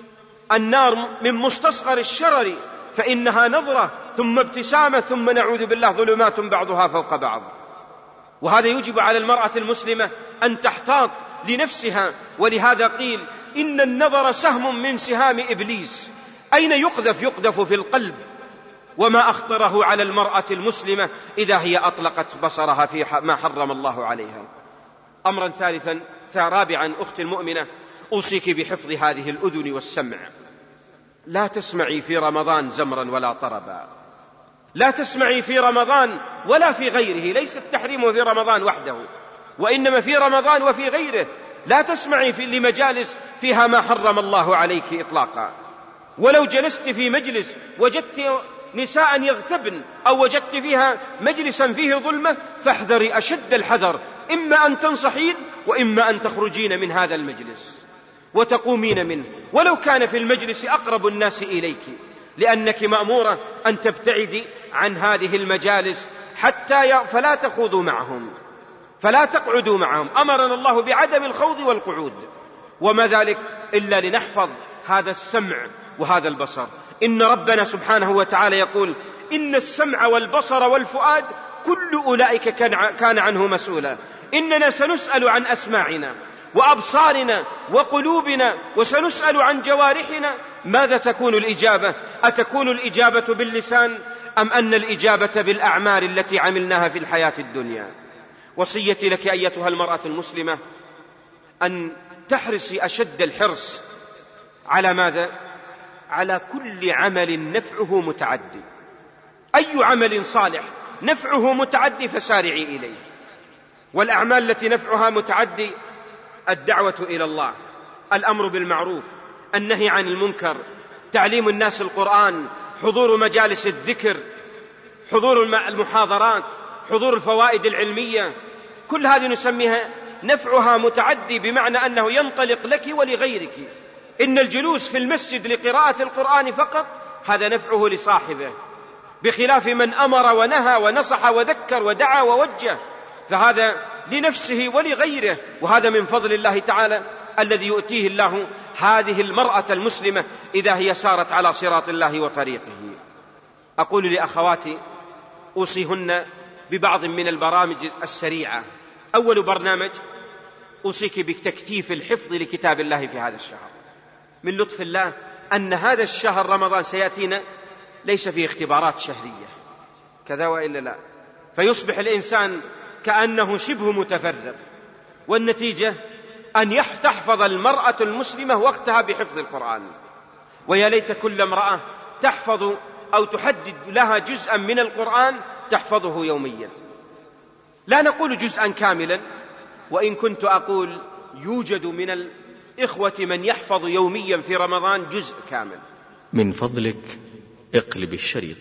النار من مستصغر الشرر، فإنها نظرة ثم ابتسامة ثم نعوذ بالله ظلمات بعضها فوق بعض. وهذا يجب على المرأة المسلمة أن تحتاط لنفسها. ولهذا قيل إن النظر سهم من سهام إبليس، أين يقذف؟ يقذف في القلب. وما أخطره على المرأة المسلمة إذا هي أطلقت بصرها في ما حرم الله عليها. أمرا ثالثا رابعا أختي المؤمنة أوصيك بحفظ هذه الأذن والسمع. لا تسمعي في رمضان زمرا ولا طربا، لا تسمعي في رمضان ولا في غيره، ليس التحريم في رمضان وحده، وإنما في رمضان وفي غيره. لا تسمعي في لمجالس فيها ما حرم الله عليك إطلاقا. ولو جلست في مجلس وجدت نساء يغتبن أو وجدت فيها مجلسا فيه ظلمة فاحذري أشد الحذر، إما أن تنصحين وإما أن تخرجين من هذا المجلس وتقومين منه، ولو كان في المجلس أقرب الناس إليك، لأنك مأمورة أن تبتعدي عن هذه المجالس حتى ي... فلا تخوضوا معهم، فلا تقعدوا معهم. أمرنا الله بعدم الخوض والقعود، وما ذلك إلا لنحفظ هذا السمع وهذا البصر. إن ربنا سبحانه وتعالى يقول إن السمع والبصر والفؤاد كل أولئك كان عنه مسؤولا. إننا سنسأل عن أسماعنا وأبصارنا وقلوبنا، وسنسأل عن جوارحنا. ماذا تكون الإجابة؟ أتكون الإجابة باللسان أم أن الإجابة بالأعمال التي عملناها في الحياة الدنيا؟ وصيتي لك أيتها المرأة المسلمة أن تحرصي أشد الحرص على ماذا؟ على كل عمل نفعه متعدي. أي عمل صالح نفعه متعدي فسارعي إليه. والأعمال التي نفعها متعدي: الدعوة إلى الله، الأمر بالمعروف، النهي عن المنكر، تعليم الناس القرآن، حضور مجالس الذكر، حضور المحاضرات، حضور الفوائد العلمية. كل هذه نسميها نفعها متعدي، بمعنى أنه ينطلق لك ولغيرك. إن الجلوس في المسجد لقراءة القرآن فقط هذا نفعه لصاحبه، بخلاف من أمر ونهى ونصح وذكر ودعا ووجه، فهذا لنفسه ولغيره. وهذا من فضل الله تعالى الذي يؤتيه الله هذه المرأة المسلمة إذا هي سارت على صراط الله وطريقه. أقول لأخواتي أوصيهن ببعض من البرامج السريعة. أول برنامج: أوصيك بتكثيف الحفظ لكتاب الله في هذا الشهر. من لطف الله أن هذا الشهر رمضان سيأتينا ليس فيه اختبارات شهرية كذا وإلا لا، فيصبح الإنسان كأنه شبه متفرغ، والنتيجة أن تحفظ المرأة المسلمة وقتها بحفظ القرآن. ويا ليت كل امرأة تحفظ أو تحدد لها جزءا من القرآن تحفظه يوميا. لا نقول جزءا كاملا، وإن كنت أقول يوجد من الإخوة من يحفظ يوميا في رمضان جزء كامل. من فضلك اقلب الشريط.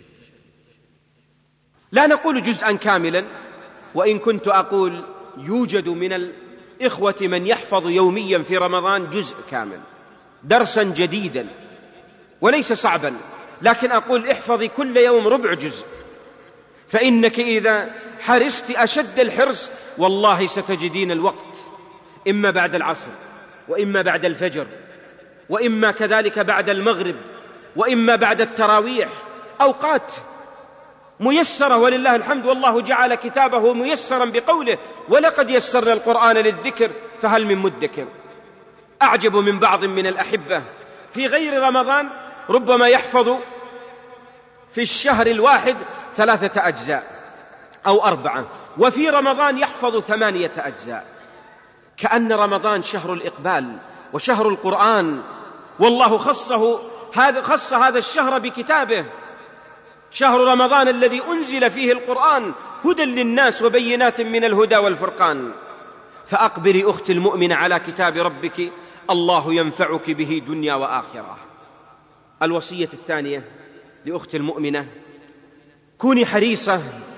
لا نقول جزءا كاملا، وإن كنت أقول يوجد من الإخوة من يحفظ يوميا في رمضان جزء كامل، درسا جديدا وليس صعبا، لكن أقول احفظي كل يوم ربع جزء، فإنك إذا حرصت أشد الحرص والله ستجدين الوقت إما بعد العصر، وإما بعد الفجر، وإما كذلك بعد المغرب، وإما بعد التراويح، أوقات ميسرة ولله الحمد. والله جعل كتابه ميسرا بقوله: ولقد يسرنا القرآن للذكر فهل من مدكر. أعجب من بعض من الأحبة في غير رمضان ربما يحفظ في الشهر الواحد ثلاثة أجزاء أو أربعة، وفي رمضان يحفظ ثمانية أجزاء، كأن رمضان شهر الإقبال وشهر القرآن، والله خصه هذا خص هذا الشهر بكتابه، شهر رمضان الذي أنزل فيه القرآن هدى للناس وبينات من الهدى والفرقان. فأقبلي أختي المؤمنة على كتاب ربك، الله ينفعك به دنيا وآخرة. الوصية الثانية لأختي المؤمنة: كوني حريصة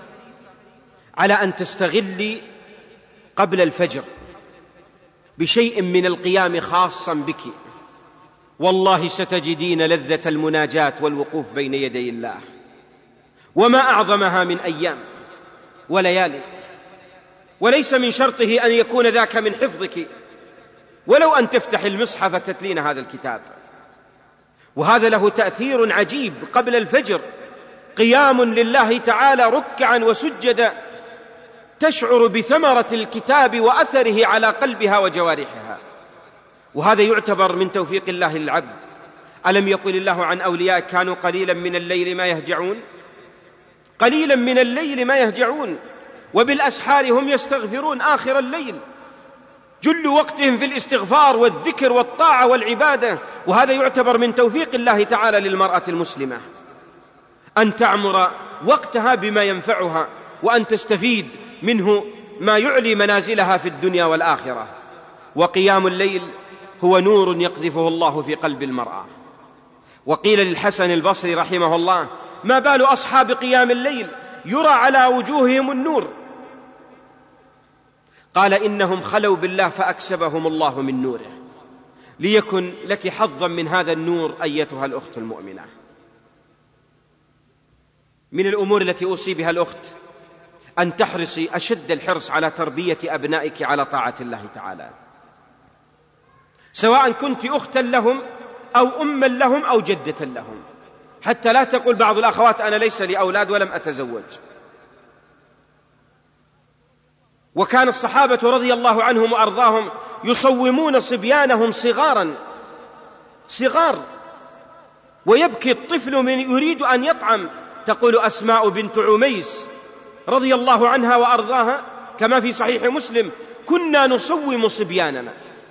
على أن تستغلي قبل الفجر بشيء من القيام خاصا بك، والله ستجدين لذة المناجاة والوقوف بين يدي الله، وما أعظمها من أيام وليالي. وليس من شرطه أن يكون ذاك من حفظك، ولو أن تفتح المصحف تتلين هذا الكتاب، وهذا له تأثير عجيب. قبل الفجر قيام لله تعالى ركعا وسجدا، تشعر بثمرة الكتاب وأثره على قلبها وجوارحها، وهذا يعتبر من توفيق الله للعبد. ألم يقل الله عن أولياء: كانوا قليلا من الليل ما يهجعون، قليلا من الليل ما يهجعون، وبالأسحار هم يستغفرون. آخر الليل جل وقتهم في الاستغفار والذكر والطاعة والعبادة، وهذا يعتبر من توفيق الله تعالى للمرأة المسلمة أن تعمر وقتها بما ينفعها، وأن تستفيد منه ما يعلي منازلها في الدنيا والآخرة. وقيام الليل هو نور يقذفه الله في قلب المرأة. وقيل للحسن البصري رحمه الله: ما بال أصحاب قيام الليل يرى على وجوههم النور؟ قال: إنهم خلوا بالله فأكسبهم الله من نوره. ليكن لك حظا من هذا النور أيتها الأخت المؤمنة. من الأمور التي أوصي بها الأخت أن تحرصي أشد الحرص على تربية أبنائك على طاعة الله تعالى، سواء كنت أختا لهم أو أما لهم أو جدة لهم، حتى لا تقول بعض الأخوات: أنا ليس لي أولاد ولم أتزوج. وكان الصحابة رضي الله عنهم وأرضاهم يصومون صبيانهم صغارا صغار، ويبكي الطفل من يريد أن يطعم. تقول أسماء بنت عميس رضي الله عنها وأرضاها كما في صحيح مسلم: كنا نصوم صبياننا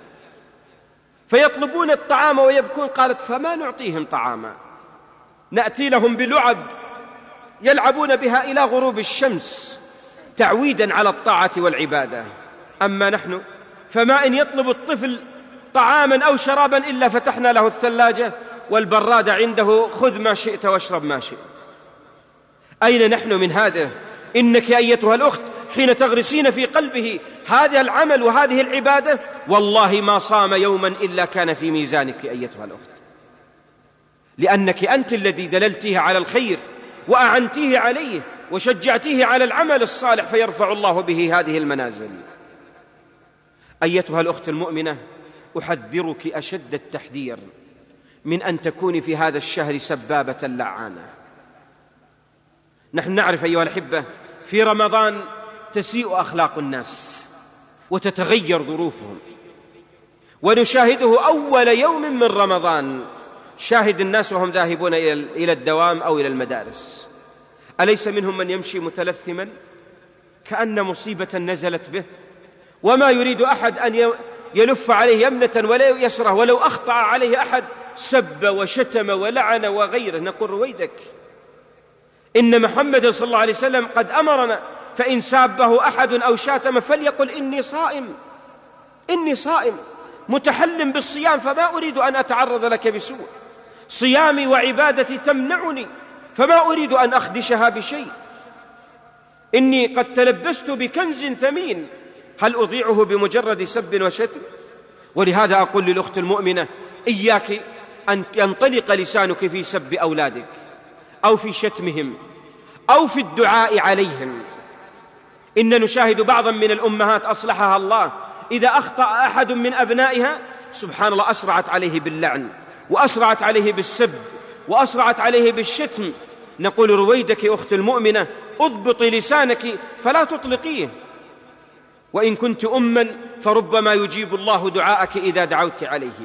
فيطلبون الطعام ويبكون، قالت: فما نعطيهم طعاما، نأتي لهم بلعب يلعبون بها إلى غروب الشمس تعويدا على الطاعة والعبادة. أما نحن فما إن يطلب الطفل طعاما أو شرابا إلا فتحنا له الثلاجة والبراد عنده: خذ ما شئت واشرب ما شئت. أين نحن من هذا؟ إنك أيتها الأخت حين تغرسين في قلبه هذا العمل وهذه العبادة والله ما صام يوما إلا كان في ميزانك أيتها الأخت، لأنك أنت الذي دللتيه على الخير وأعنتيه عليه وشجعتيه على العمل الصالح فيرفع الله به هذه المنازل. أيتها الأخت المؤمنة، أحذرك أشد التحذير من أن تكوني في هذا الشهر سبابة لعانة. نحن نعرف أيها الأحبة في رمضان تسيء أخلاق الناس وتتغير ظروفهم، ونشاهده أول يوم من رمضان شاهد الناس وهم ذاهبون إلى الدوام أو إلى المدارس. أليس منهم من يمشي متلثما كأن مصيبة نزلت به، وما يريد أحد أن يلف عليه يمنة ولا يسره، ولو أخطأ عليه أحد سب وشتم ولعن وغيره. نقول: رويدك، إن محمد صلى الله عليه وسلم قد أمرنا: فإن سابه أحد أو شاتم فليقل إني صائم، إني صائم متحلم بالصيام فما أريد أن أتعرض لك بسوء، صيامي وعبادتي تمنعني فما أريد أن أخدشها بشيء، إني قد تلبست بكنز ثمين هل أضيعه بمجرد سب وشتم؟ ولهذا أقول للأخت المؤمنة: إياك أن ينطلق لسانك في سب أولادك أو في شتمهم أو في الدعاء عليهم. إن نشاهد بعضا من الأمهات أصلحها الله إذا أخطأ أحد من أبنائها سبحان الله أسرعت عليه باللعن وأسرعت عليه بالسب وأسرعت عليه بالشتم. نقول: رويدك يا أخت المؤمنة، اضبطي لسانك فلا تطلقيه، وإن كنت أما فربما يجيب الله دعاءك إذا دعوت عليه.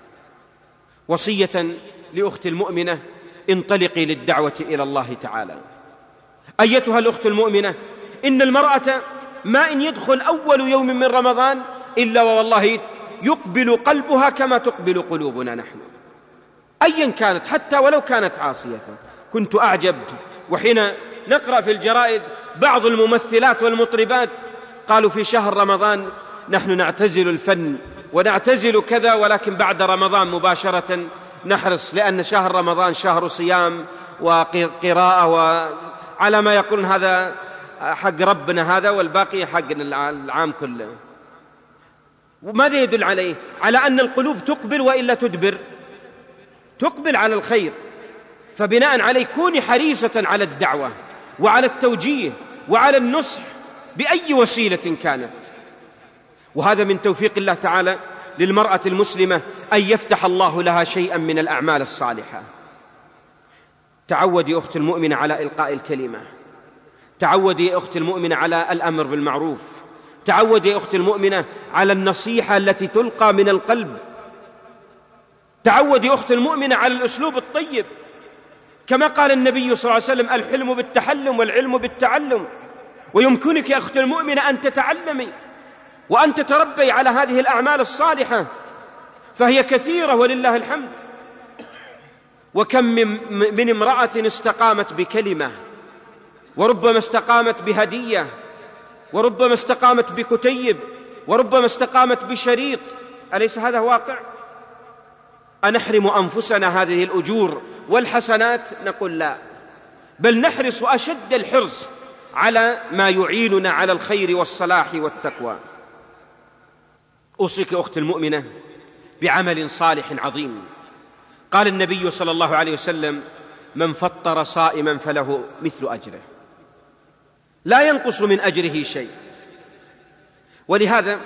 وصية لأخت المؤمنة: انطلقي للدعوة إلى الله تعالى. أيتها الأخت المؤمنة، إن المرأة ما إن يدخل أول يوم من رمضان إلا والله يقبل قلبها كما تقبل قلوبنا نحن، أيا كانت، حتى ولو كانت عاصية. كنت أعجب وحين نقرأ في الجرائد بعض الممثلات والمطربات قالوا في شهر رمضان نحن نعتزل الفن ونعتزل كذا، ولكن بعد رمضان مباشرة نحرص، لأن شهر رمضان شهر صيام وقراءة، وعلى ما يقولون هذا حق ربنا هذا والباقي حق العام كله. وماذا يدل عليه؟ على أن القلوب تقبل وإلا تدبر، تقبل على الخير. فبناء عليه كوني حريصة على الدعوة وعلى التوجيه وعلى النصح بأي وسيلة كانت. وهذا من توفيق الله تعالى للمرأة المسلمة أن يفتح الله لها شيئا من الأعمال الصالحة. تعودي أخت المؤمنة على إلقاء الكلمة، تعودي أخت المؤمنة على الأمر بالمعروف، تعودي أخت المؤمنة على النصيحة التي تلقى من القلب، تعودي أخت المؤمنة على الأسلوب الطيب، كما قال النبي صلى الله عليه وسلم: الحلم بالتحلم والعلم بالتعلم. ويمكنك يا أخت المؤمنة أن تتعلمي وأن تتربي على هذه الأعمال الصالحة، فهي كثيرة ولله الحمد. وكم من امرأة استقامت بكلمة، وربما استقامت بهدية، وربما استقامت بكتيب، وربما استقامت بشريط. أليس هذا واقع؟ أنحرم أنفسنا هذه الأجور والحسنات؟ نقول لا، بل نحرص أشد الحرص على ما يعيننا على الخير والصلاح والتقوى. أوصيك أخت المؤمنة بعمل صالح عظيم. قال النبي صلى الله عليه وسلم: من فطر صائما فله مثل أجره، لا ينقص من أجره شيء. ولهذا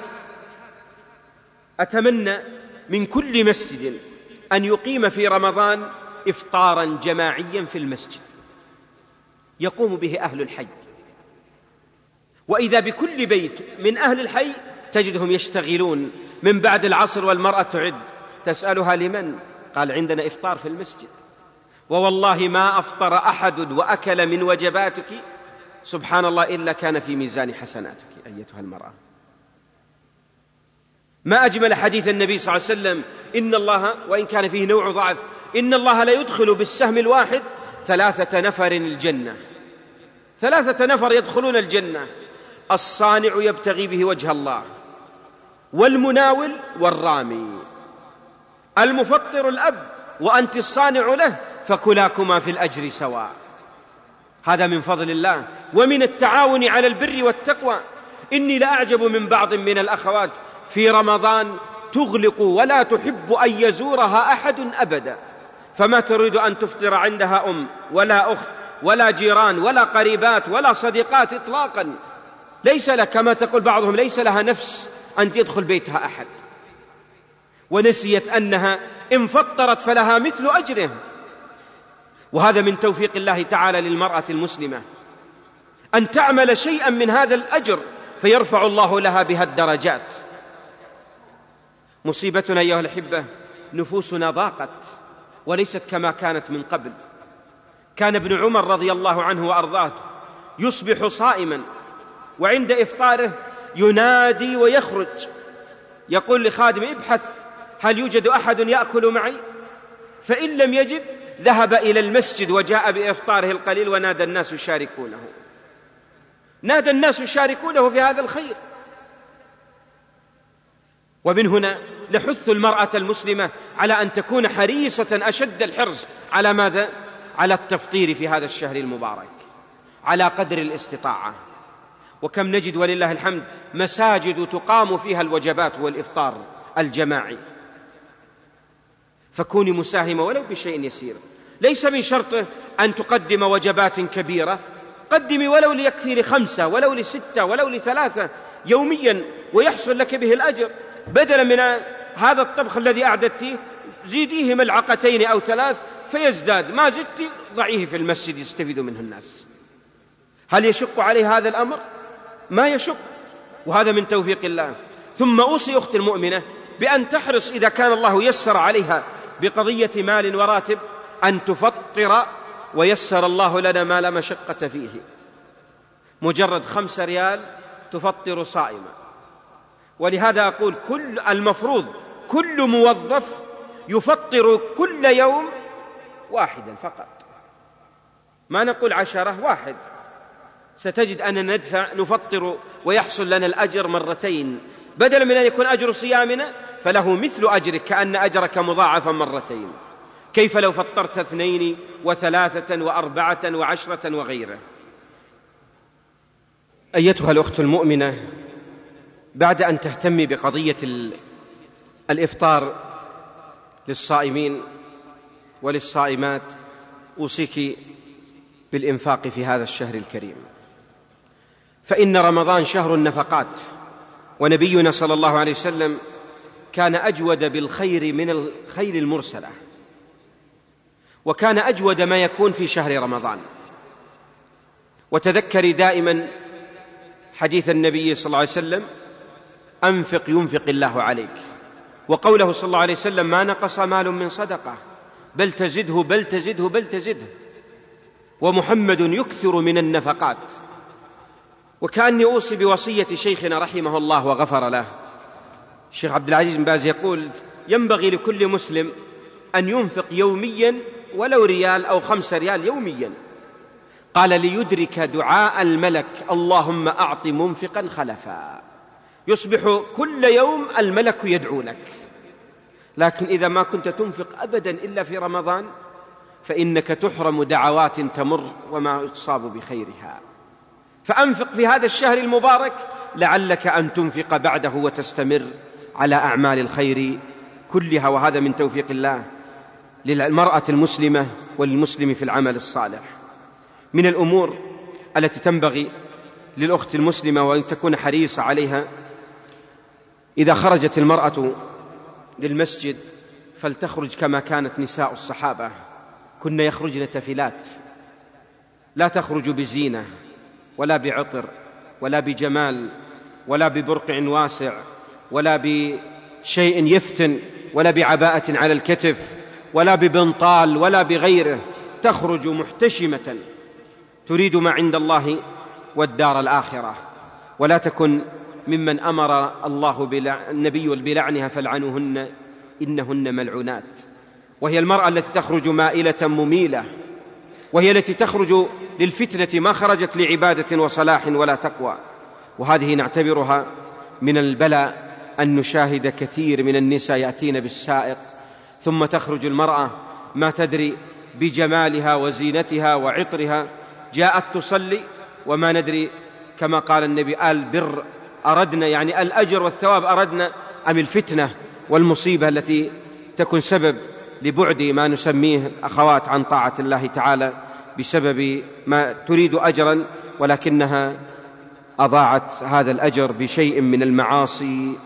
أتمنى من كل مسجد أن يقيم في رمضان إفطارا جماعيا في المسجد يقوم به أهل الحي، وإذا بكل بيت من أهل الحي تجدهم يشتغلون من بعد العصر والمرأة تعد. تسألها لمن؟ قال عندنا إفطار في المسجد. ووالله ما أفطر أحد وأكل من وجباتك سبحان الله إلا كان في ميزان حسناتك أيتها المرأة. ما أجمل حديث النبي صلى الله عليه وسلم: إن الله، وإن كان فيه نوع ضعف، إن الله لا يدخل بالسهم الواحد ثلاثة نفر الجنة. ثلاثة نفر يدخلون الجنة: الصانع يبتغي به وجه الله، والمناول، والرامي. المفطر الأب وأنت الصانع له، فكلاكما في الأجر سواء. هذا من فضل الله ومن التعاون على البر والتقوى. إني لأعجب من بعض من الأخوات في رمضان تغلق ولا تحب أن يزورها أحد أبدا، فما تريد أن تفطر عندها أم ولا أخت ولا جيران ولا قريبات ولا صديقات إطلاقا. ليس لها، كما تقول بعضهم، ليس لها نفس أن يدخل بيتها أحد، ونسيت أنها إن فطرت فلها مثل أجره. وهذا من توفيق الله تعالى للمرأة المسلمة أن تعمل شيئا من هذا الأجر فيرفع الله لها بها الدرجات. مصيبتنا أيها الأحبة نفوسنا ضاقت وليست كما كانت من قبل. كان ابن عمر رضي الله عنه وأرضاه يصبح صائما، وعند إفطاره ينادي ويخرج يقول لخادم: ابحث هل يوجد أحد يأكل معي؟ فإن لم يجد ذهب إلى المسجد وجاء بإفطاره القليل ونادى الناس يشاركونه، نادى الناس يشاركونه في هذا الخير. ومن هنا نحث المرأة المسلمة على أن تكون حريصة أشد الحرص على ماذا؟ على التفطير في هذا الشهر المبارك على قدر الاستطاعة. وكم نجد ولله الحمد مساجد تقام فيها الوجبات والإفطار الجماعي، فكوني مساهمة ولو بشيء يسير. ليس من شرطه أن تقدم وجبات كبيرة، قدمي ولو ليكفي لخمسة ولو لستة ولو لثلاثة يوميا ويحصل لك به الأجر. بدلا من هذا الطبخ الذي أعددتيه زيديه ملعقتين أو ثلاث فيزداد، ما زدت ضعيه في المسجد يستفيد منه الناس. هل يشق عليه هذا الأمر؟ ما يشق، وهذا من توفيق الله. ثم أوصي أختي المؤمنة بأن تحرص إذا كان الله يسر عليها بقضية مال وراتب أن تفطر، ويسر الله لنا ما لا مشقة فيه. مجرد خمس ريال تفطر صائمة. ولهذا أقول كل المفروض كل موظف يفطر كل يوم واحدا فقط، ما نقول عشرة، واحد. ستجد أننا ندفع نفطر ويحصل لنا الأجر مرتين، بدلا من أن يكون أجر صيامنا فله مثل أجرك، كأن أجرك مضاعفا مرتين. كيف لو فطرت اثنين وثلاثة وأربعة وعشرة وغيره؟ أيتها الأخت المؤمنة، بعد أن تهتمي بقضية الإفطار للصائمين وللصائمات، أوصيك بالإنفاق في هذا الشهر الكريم، فإن رمضان شهر النفقات، ونبينا صلى الله عليه وسلم كان أجود بالخير من الخيل المرسلة، وكان أجود ما يكون في شهر رمضان. وتذكري دائما حديث النبي صلى الله عليه وسلم: أنفق ينفق الله عليك، وقوله صلى الله عليه وسلم: ما نقص مال من صدقة بل تزده بل تزده بل تزده. ومحمد يكثر من النفقات. وكأني أوصي بوصية شيخنا رحمه الله وغفر له، الشيخ عبد العزيز بن باز، يقول: ينبغي لكل مسلم أن ينفق يوميا ولو ريال أو خمس ريال يوميا. قال: ليدرك دعاء الملك: اللهم أعط منفقا خلفا. يصبح كل يوم الملك يدعو لك. لكن إذا ما كنت تنفق أبدا إلا في رمضان فإنك تحرم دعوات تمر وما يصاب بخيرها. فأنفق في هذا الشهر المبارك لعلك أن تنفق بعده وتستمر على أعمال الخير كلها. وهذا من توفيق الله للمرأة المسلمة والمسلم في العمل الصالح. من الأمور التي تنبغي للأخت المسلمة وأن تكون حريصة عليها: إذا خرجت المرأة للمسجد فلتخرج كما كانت نساء الصحابة، كن يخرجن تفلات، لا تخرج بزينة ولا بعطر ولا بجمال ولا ببرقع واسع ولا بشيء يفتن ولا بعباءة على الكتف ولا ببنطال ولا بغيره، تخرج محتشمة تريد ما عند الله والدار الآخرة. ولا تكن ممن أمر الله النبي بلعنها فلعنوهن إنهن ملعونات. وهي المرأة التي تخرج مائلة مميلة، وهي التي تخرج للفتنة ما خرجت لعبادة وصلاح ولا تقوى. وهذه نعتبرها من البلاء أن نشاهد كثير من النساء يأتين بالسائق، ثم تخرج المرأة ما تدري بجمالها وزينتها وعطرها، جاءت تصلي وما ندري كما قال النبي البر أردنا، يعني الأجر والثواب أردنا، أم الفتنة والمصيبة التي تكون سبب لبعد ما نسميه أخوات عن طاعة الله تعالى بسبب ما تريد أجرا ولكنها أضاعت هذا الأجر بشيء من المعاصي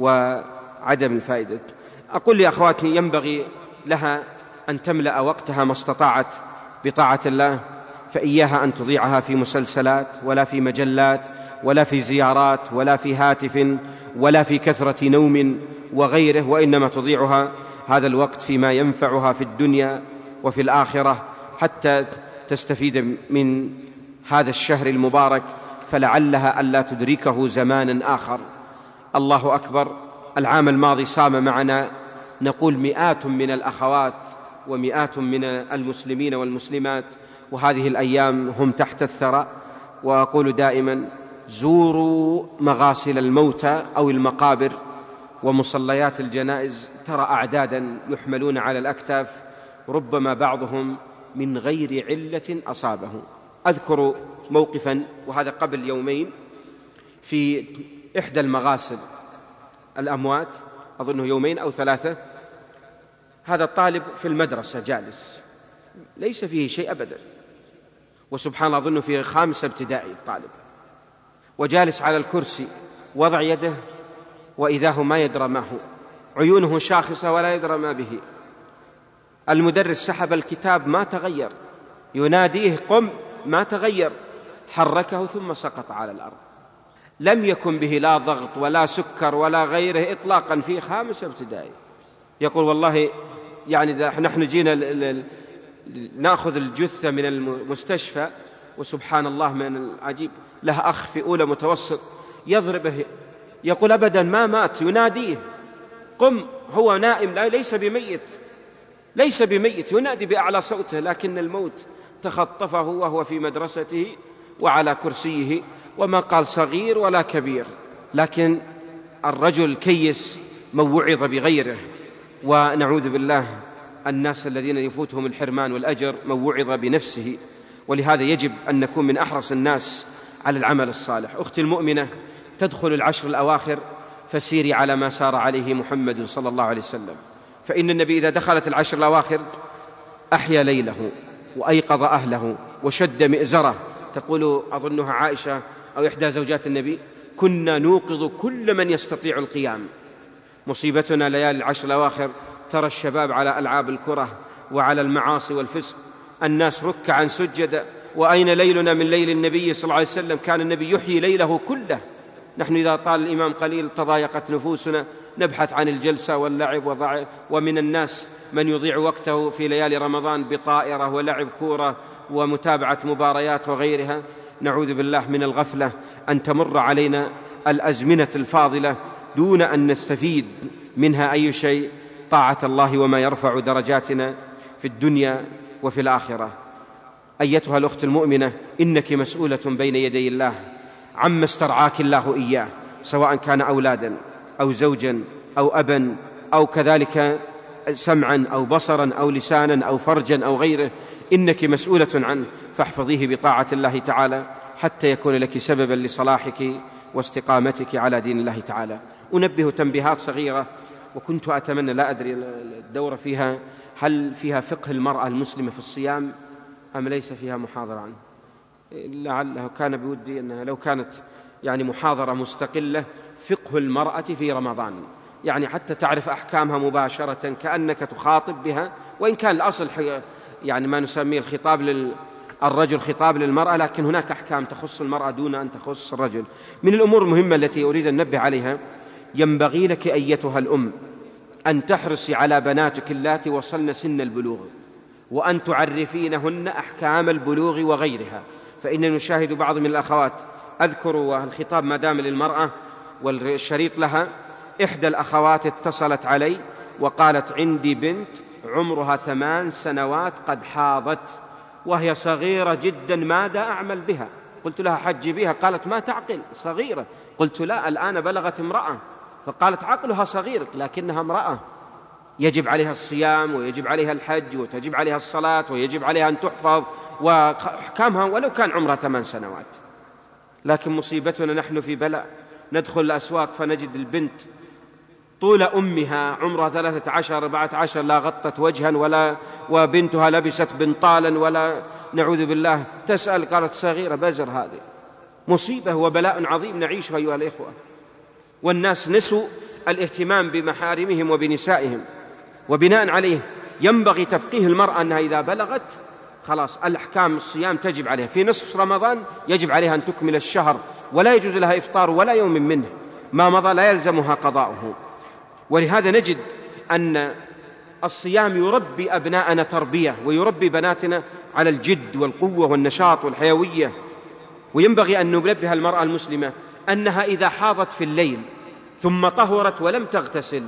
وعدم الفائدة. أقول لأخواتي ينبغي لها أن تملأ وقتها ما استطاعت بطاعة الله، فإياها أن تضيعها في مسلسلات ولا في مجلات ولا في زيارات ولا في هاتف ولا في كثرة نوم وغيره، وإنما تضيعها هذا الوقت فيما ينفعها في الدنيا وفي الآخرة حتى تستفيد من هذا الشهر المبارك، فلعلها ألا تدركه زمانا آخر. الله أكبر، العام الماضي صام معنا نقول مئات من الأخوات ومئات من المسلمين والمسلمات، وهذه الأيام هم تحت الثرى. وأقول دائما زوروا مغاسل الموتى أو المقابر ومصليات الجنائز، ترى أعدادا يحملون على الأكتاف ربما بعضهم من غير علة أصابه. أذكر موقفا وهذا قبل يومين في إحدى المغاسل الأموات، أظنه يومين أو ثلاثة، هذا الطالب في المدرسة جالس ليس فيه شيء أبدا، وسبحان الله أظنه في خامسة ابتدائي الطالب، وجالس على الكرسي وضع يده وإذا هو ما يدرى ما هو، عيونه شاخصة ولا يدرى ما به. المدرس سحب الكتاب ما تغير، يناديه قم ما تغير، حركه ثم سقط على الأرض. لم يكن به لا ضغط ولا سكر ولا غيره إطلاقا، في خامسة ابتدائي. يقول والله يعني نحن جينا نأخذ الجثة من المستشفى، وسبحان الله من العجيب له أخ في أولى متوسط يضربه، يقول أبدا ما مات، يناديه قم، هو نائم لا ليس بميت ليس بميت ينادي بأعلى صوته، لكن الموت تخطفه وهو في مدرسته وعلى كرسيه، وما قال صغير ولا كبير. لكن الرجل كيس من وعظ بغيره، ونعوذ بالله الناس الذين يفوتهم الحرمان والأجر من وعظ بنفسه. ولهذا يجب أن نكون من أحرص الناس على العمل الصالح. أختي المؤمنة، تدخل العشر الأواخر فسيري على ما سار عليه محمد صلى الله عليه وسلم، فإن النبي إذا دخلت العشر الأواخر أحيا ليله وأيقظ أهله وشد مئزره. تقول أظنها عائشة أو إحدى زوجات النبي كنا نوقظ كل من يستطيع القيام. مصيبتنا ليالي العشر الأواخر ترى الشباب على ألعاب الكرة وعلى المعاصي والفسق، الناس ركعا سجدا، وأين ليلنا من ليل النبي صلى الله عليه وسلم؟ كان النبي يحيي ليله كله. نحن إذا طال الإمام قليل تضايقت نفوسنا، نبحث عن الجلسة واللعب وضع. ومن الناس من يضيع وقته في ليالي رمضان بطائرة ولعب كورة ومتابعة مباريات وغيرها. نعوذ بالله من الغفلة أن تمر علينا الأزمنة الفاضلة دون أن نستفيد منها أي شيء، طاعة الله وما يرفع درجاتنا في الدنيا وفي الآخرة. أيتها الأخت المؤمنة، إنك مسؤولة بين يدي الله عما استرعاك الله إياه، سواء كان أولادا أو زوجا أو أبا أو كذلك سمعا أو بصرا أو لسانا أو فرجا أو غيره، إنك مسؤولة عنه، فاحفظيه بطاعة الله تعالى حتى يكون لك سببا لصلاحك واستقامتك على دين الله تعالى. أنبه تنبيهات صغيرة، وكنت أتمنى، لا أدري الدورة فيها هل فيها فقه المرأة المسلمة في الصيام أم ليس فيها محاضرة عنه؟ لعله كان بودي أنها لو كانت يعني محاضرة مستقلة فقه المرأة في رمضان، يعني حتى تعرف أحكامها مباشرة كأنك تخاطب بها، وإن كان الأصل يعني ما نسميه الخطاب الرجل خطاب للمرأة، لكن هناك أحكام تخص المرأة دون أن تخص الرجل. من الأمور المهمة التي أريد أن ننبه عليها: ينبغي لك أيتها الأم أن تحرصي على بناتك اللاتي وصلن سن البلوغ، وأن تعرفينهن أحكام البلوغ وغيرها. فإننا نشاهد بعض من الأخوات، أذكر والخطاب ما دام للمرأة والشريط لها، إحدى الأخوات اتصلت علي وقالت: عندي بنت عمرها ثمان سنوات قد حاضت وهي صغيرة جدا، ماذا أعمل بها؟ قلت لها: حجي بها. قالت: ما تعقل، صغيرة. قلت: لا، الآن بلغت امرأة. فقالت: عقلها صغير لكنها امرأة، يجب عليها الصيام ويجب عليها الحج وتجب عليها الصلاة ويجب عليها أن تحفظ وأحكامها ولو كان عمرها ثمان سنوات. لكن مصيبتنا نحن في بلاء، ندخل الأسواق فنجد البنت طول أمها عمرها ثلاثة عشر أربعة عشر لا غطت وجها ولا، وبنتها لبست بنطالا ولا، نعوذ بالله. تسأل قالت: صغيرة، بزر. هذه مصيبة وبلاء عظيم نعيشه أيها الإخوة. والناس نسوا الاهتمام بمحارمهم وبنسائهم، وبناء عليه ينبغي تفقيه المرأة أنها إذا بلغت خلاص الأحكام الصيام تجب عليها، في نصف رمضان يجب عليها أن تكمل الشهر، ولا يجوز لها إفطار ولا يوم منه، ما مضى لا يلزمها قضاؤه. ولهذا نجد أن الصيام يربي أبناءنا تربية، ويربي بناتنا على الجد والقوة والنشاط والحيوية. وينبغي أن ننبه المرأة المسلمة أنها إذا حاضت في الليل ثم طهرت ولم تغتسل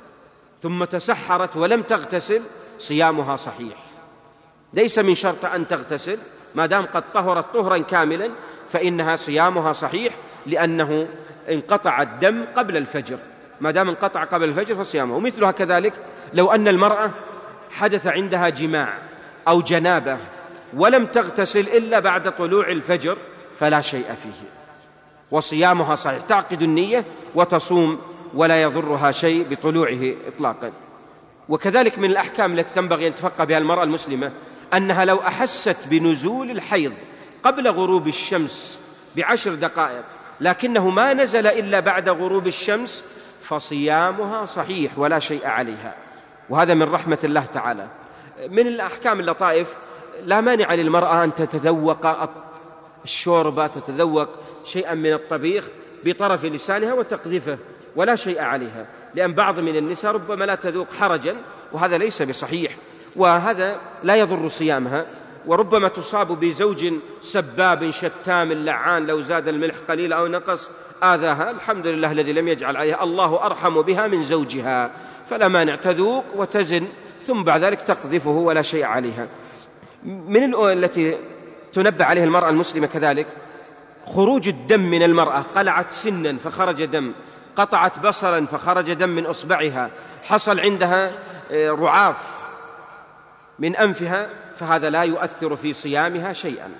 ثم تسحرت ولم تغتسل، صيامها صحيح. ليس من شرط أن تغتسل، ما دام قد طهرت طهرا كاملا فإنها صيامها صحيح، لأنه انقطع الدم قبل الفجر، ما دام انقطع قبل الفجر فصيامه. ومثلها كذلك لو أن المرأة حدث عندها جماع أو جنابة ولم تغتسل إلا بعد طلوع الفجر فلا شيء فيه، وصيامها صحيح، تعقد النية وتصوم ولا يضرها شيء بطلوعه إطلاقا. وكذلك من الأحكام التي تنبغي أن تفقه بها المرأة المسلمة أنها لو أحست بنزول الحيض قبل غروب الشمس بعشر دقائق لكنه ما نزل إلا بعد غروب الشمس فصيامها صحيح ولا شيء عليها، وهذا من رحمة الله تعالى. من الأحكام اللطائف: لا مانع للمرأة أن تتذوق الشوربة، تتذوق شيئا من الطبيخ بطرف لسانها وتقذفه ولا شيء عليها، لأن بعض من النساء ربما لا تذوق حرجا، وهذا ليس بصحيح، وهذا لا يضر صيامها. وربما تصاب بزوج سباب شتام لعان، لو زاد الملح قليل أو نقص آذاها، الحمد لله الذي لم يجعل عليها، الله أرحم بها من زوجها، فلا مانع تذوق وتزن ثم بعد ذلك تقذفه ولا شيء عليها. من التي تنبه عليه المرأة المسلمة كذلك خروج الدم من المرأة، قلعت سنا فخرج دم، قطعت بصرا فخرج دم من أصبعها، حصل عندها رعاف من أنفها، فهذا لا يؤثر في صيامها شيئا،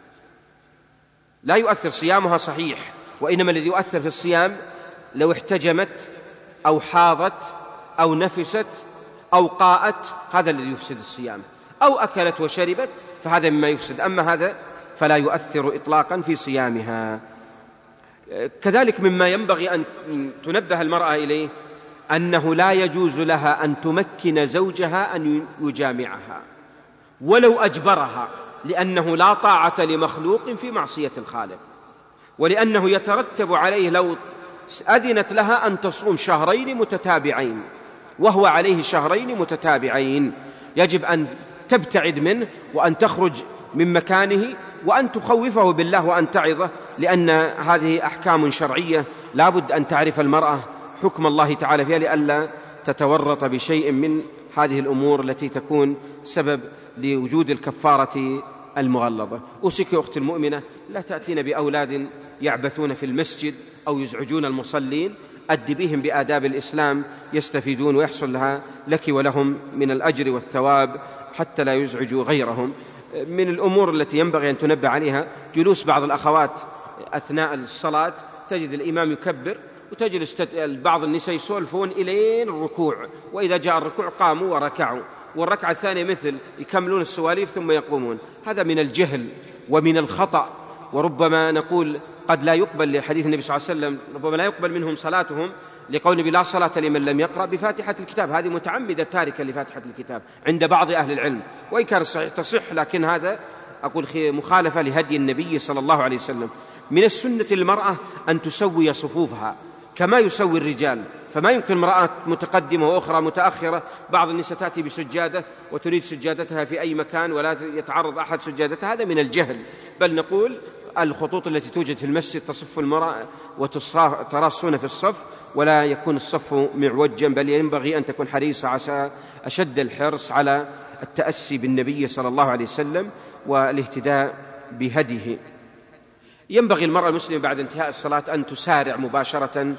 لا يؤثر، صيامها صحيح. وإنما الذي يؤثر في الصيام لو احتجمت أو حاضت أو نفست أو قاءت، هذا الذي يفسد الصيام، أو أكلت وشربت فهذا مما يفسد، أما هذا فلا يؤثر إطلاقا في صيامها. كذلك مما ينبغي أن تنبه المرأة إليه أنه لا يجوز لها أن تمكن زوجها أن يجامعها ولو أجبرها، لأنه لا طاعة لمخلوق في معصية الخالق، ولأنه يترتب عليه لو أذنت لها أن تصوم شهرين متتابعين وهو عليه شهرين متتابعين، يجب أن تبتعد منه وأن تخرج من مكانه وأن تخوفه بالله وأن تعظه، لأن هذه أحكام شرعية لا بد أن تعرف المرأة حكم الله تعالى فيها لئلا تتورط بشيء من هذه الأمور التي تكون سبب لوجود الكفارة المغلظة. أوصيك يا أختي المؤمنة لا تأتين بأولاد يعبثون في المسجد أو يزعجون المصلين، أدبيهم بآداب الإسلام يستفيدون ويحصل لها لك ولهم من الأجر والثواب حتى لا يزعجوا غيرهم. من الأمور التي ينبغي أن تنبه عليها جلوس بعض الأخوات أثناء الصلاة، تجد الإمام يكبر وتجلس بعض النساء يسولفون إلين الركوع، وإذا جاء الركوع قاموا وركعوا، والركعة الثانية مثل يكملون السواليف ثم يقومون. هذا من الجهل ومن الخطأ، وربما نقول قد لا يقبل لحديث النبي صلى الله عليه وسلم، ربما لا يقبل منهم صلاتهم لقول النبي لا صلاة لمن لم يقرأ بفاتحة الكتاب، هذه متعمدة تاركة لفاتحة الكتاب عند بعض أهل العلم، وإن كان الصحيح تصح لكن هذا أقول مخالفة لهدي النبي صلى الله عليه وسلم. من السنة للمرأة أن تسوي صفوفها كما يسوي الرجال، فما يمكن امرأة متقدمة وأخرى متأخرة. بعض النساء تأتي بسجادة وتريد سجادتها في أي مكان ولا يتعرض أحد سجادتها، هذا من الجهل. بل نقول الخطوط التي توجد في المسجد تصف المرأة وتراصون في الصف، ولا يكون الصف معوجا، بل ينبغي أن تكون حريصة عسى أشد الحرص على التأسي بالنبي صلى الله عليه وسلم والاهتداء بهديه. ينبغي المرأة المسلمة بعد انتهاء الصلاة أن تسارع مباشرة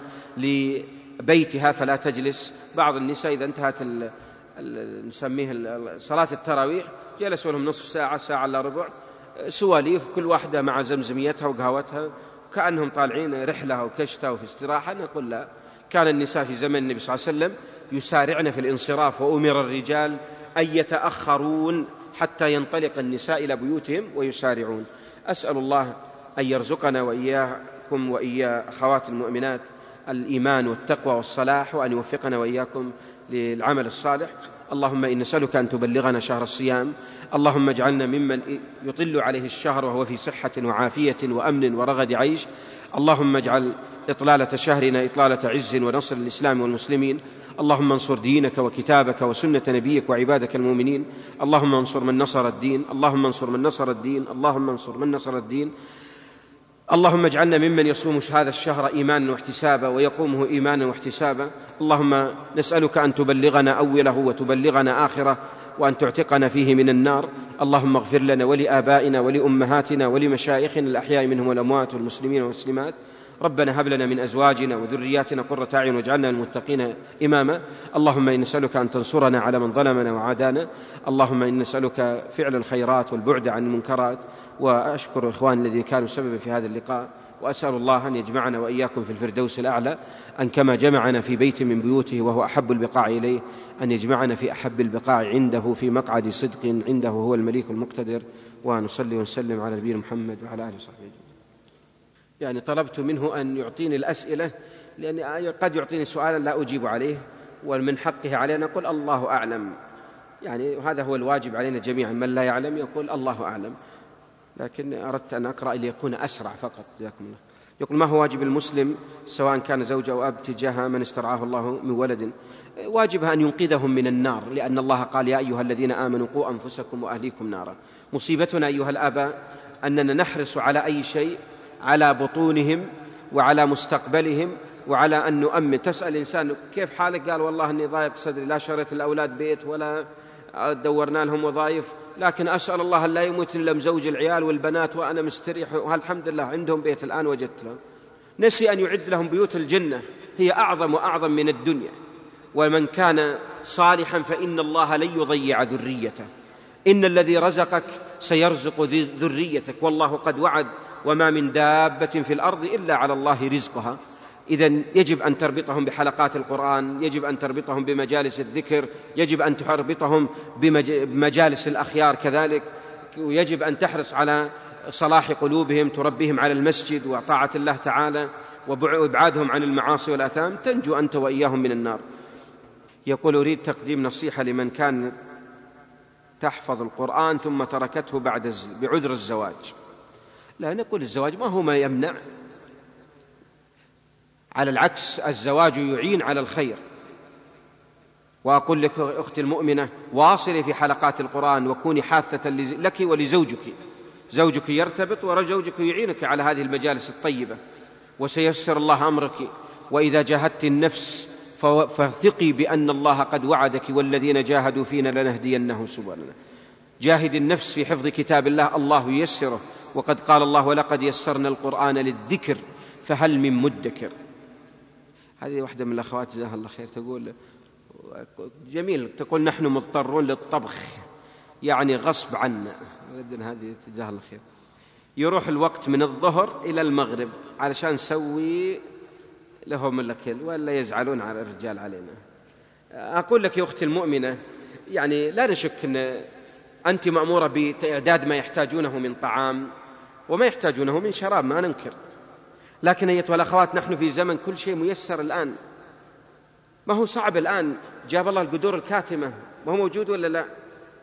لبيتها فلا تجلس. بعض النساء إذا انتهت ال... ال... نسميه صلاة التراويح جلسوا لهم نصف ساعة ساعة إلا ربع سواليف، كل واحدة مع زمزميتها وقهوتها كأنهم طالعين رحلة أو كشتة أو في استراحة. نقول لا، كان النساء في زمن النبي صلى الله عليه وسلم يسارعن في الانصراف، وأمر الرجال أن يتأخرون حتى ينطلق النساء إلى بيوتهم ويسارعون. أسأل الله أن يرزقنا وإياكم وإيا أخوات المؤمنات الإيمان والتقوى والصلاح، وأن يوفقنا وإياكم للعمل الصالح. اللهم إن نسألك أن تبلغنا شهر الصيام، اللهم اجعلنا ممن يطل عليه الشهر وهو في صحة وعافية وأمن ورغد عيش. اللهم اجعل إطلالة شهرنا إطلالة عز ونصر للإسلام والمسلمين. اللهم انصر دينك وكتابك وسنة نبيك وعبادك المؤمنين. اللهم انصر من نصر الدين، اللهم انصر من نصر الدين، اللهم انصر من نصر الدين. اللهم اجعلنا ممن يصوم هذا الشهر إيمانا واحتسابا ويقومه إيمانا واحتسابا. اللهم نسألك أن تبلغنا أوله وتبلغنا آخره، وأن تعتقنا فيه من النار. اللهم اغفر لنا ولآبائنا ولأمهاتنا ولمشايخنا الأحياء منهم والأموات والمسلمين والمسلمات. ربنا هب لنا من أزواجنا وذرياتنا قرة أعين واجعلنا للمتقين إماما. اللهم إن نسألك أن تنصرنا على من ظلمنا وعادانا. اللهم إن نسألك فعل الخيرات والبعد عن المنكرات. وأشكر إخواني الذين كانوا سببا في هذا اللقاء، وأسأل الله أن يجمعنا وإياكم في الفردوس الأعلى، أن كما جمعنا في بيت من بيوته وهو أحب البقاع إليه، أن يجمعنا في أحب البقاع عنده في مقعد صدق عنده هو المليك المقتدر. ونصلي ونسلم على نبينا محمد وعلى آله وصحبه أجمعين. يعني طلبت منه أن يعطيني الأسئلة، لأن قد يعطيني سؤالا لا أجيب عليه، ومن حقه علينا نقول الله أعلم. يعني هذا هو الواجب علينا جميعا، من لا يعلم يقول الله أعلم. لكن أردت أن أقرأ ليكون أسرع فقط. جزاكم الله. يقول: ما هو واجب المسلم سواء كان زوج أو أب تجاه من استرعاه الله من ولد؟ واجبها أن ينقذهم من النار، لأن الله قال: يا أيها الذين آمنوا قوا أنفسكم وأهليكم نارا. مصيبتنا أيها الآباء أننا نحرص على أي شيء على بطونهم وعلى مستقبلهم وعلى أن نؤمن. تسأل الإنسان: كيف حالك؟ قال: والله أني ضايق صدري، لا شريت الأولاد بيت ولا دورنا لهم وظائف، لكن أسأل الله لا يموت إلا مزوج العيال والبنات وأنا مستريح، والحمد لله عندهم بيت الآن وجدت لهم. نسي أن يعد لهم بيوت الجنة، هي أعظم وأعظم من الدنيا. ومن كان صالحا فإن الله لن يضيع ذريته، إن الذي رزقك سيرزق ذريتك، والله قد وعد: وما من دابة في الأرض إلا على الله رزقها. إذن يجب أن تربطهم بحلقات القرآن، يجب أن تربطهم بمجالس الذكر، يجب أن تربطهم بمجالس الأخيار كذلك، ويجب أن تحرص على صلاح قلوبهم، تربيهم على المسجد وطاعة الله تعالى وإبعادهم عن المعاصي والآثام، تنجو أنت وإياهم من النار. يقول: أريد تقديم نصيحة لمن كان تحفظ القرآن ثم تركته بعد بعذر الزواج. لا، نقول الزواج ما هو ما يمنع، على العكس الزواج يعين على الخير. وأقول لك أختي المؤمنة: واصلي في حلقات القرآن وكوني حاثة لك ولزوجك. زوجك يرتبط وزوجك يعينك على هذه المجالس الطيبة، وسيسر الله أمرك. وإذا جاهدت النفس فثقي بأن الله قد وعدك: والذين جاهدوا فينا لنهدينهم سبلنا. جاهد النفس في حفظ كتاب الله، الله ييسره، وقد قال الله: ولقد يسرنا القرآن للذكر فهل من مدكر. هذه واحدة من الأخوات جزاها الله خير تقول: جميل، تقول: نحن مضطرون للطبخ، يعني غصب عنا. هذه جزاها الله خير. يروح الوقت من الظهر إلى المغرب علشان نسوي لهم الأكل، ولا يزعلون على الرجال علينا. أقول لك يا أختي المؤمنة، يعني لا نشك أن أنت مأمورة بإعداد ما يحتاجونه من طعام وما يحتاجونه من شراب، ما ننكر. لكن أيتها الأخوات، نحن في زمن كل شيء ميسر الآن، ما هو صعب الآن. جاب الله القدور الكاتمة، ما هو موجود ولا لا؟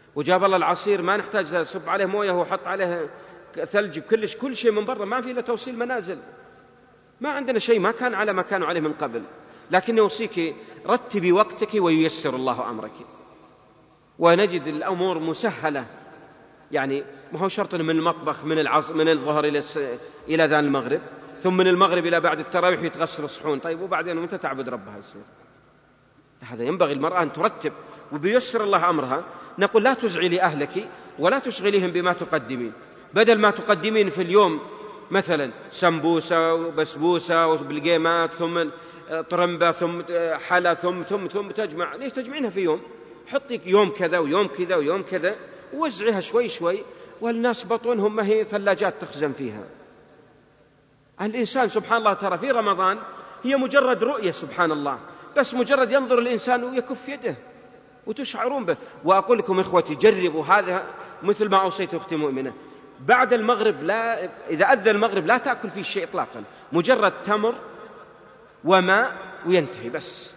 وجاب الله العصير ما نحتاج نصب عليه مويه وحط عليه ثلج كلش، كل شيء من برا، ما في إلا توصيل منازل، ما عندنا شيء، ما كان على ما كانوا عليه من قبل. لكن يوصيك رتبي وقتك وييسر الله أمرك. ونجد الأمور مسهلة، يعني ما هو شرط من المطبخ من العصر من الظهر إلى إلى ذان المغرب، ثم من المغرب إلى بعد التراويح يتغسل الصحون. طيب وبعدين متى تعبد ربها يصير؟ هذا ينبغي المرأة أن ترتب وبيسر الله أمرها. نقول لا تزعلي أهلك ولا تشغليهم بما تقدمين، بدل ما تقدمين في اليوم مثلا سمبوسة وبسبوسة وبالقيمات ثم طرمبة ثم حلا ثم ثم ثم تجمع، ليش تجمعينها في يوم؟ حطي يوم كذا ويوم كذا ويوم كذا ووزعيها شوي شوي، والناس بطونهم ما هي ثلاجات تخزن فيها. الإنسان سبحان الله ترى في رمضان هي مجرد رؤية، سبحان الله، بس مجرد ينظر الإنسان ويكف يده وتشعرون به. وأقول لكم إخوتي جربوا هذا مثل ما أوصيت أختي مؤمنة، بعد المغرب لا، إذا أذن المغرب لا تأكل فيه شيء إطلاقا، مجرد تمر وماء وينتهي بس.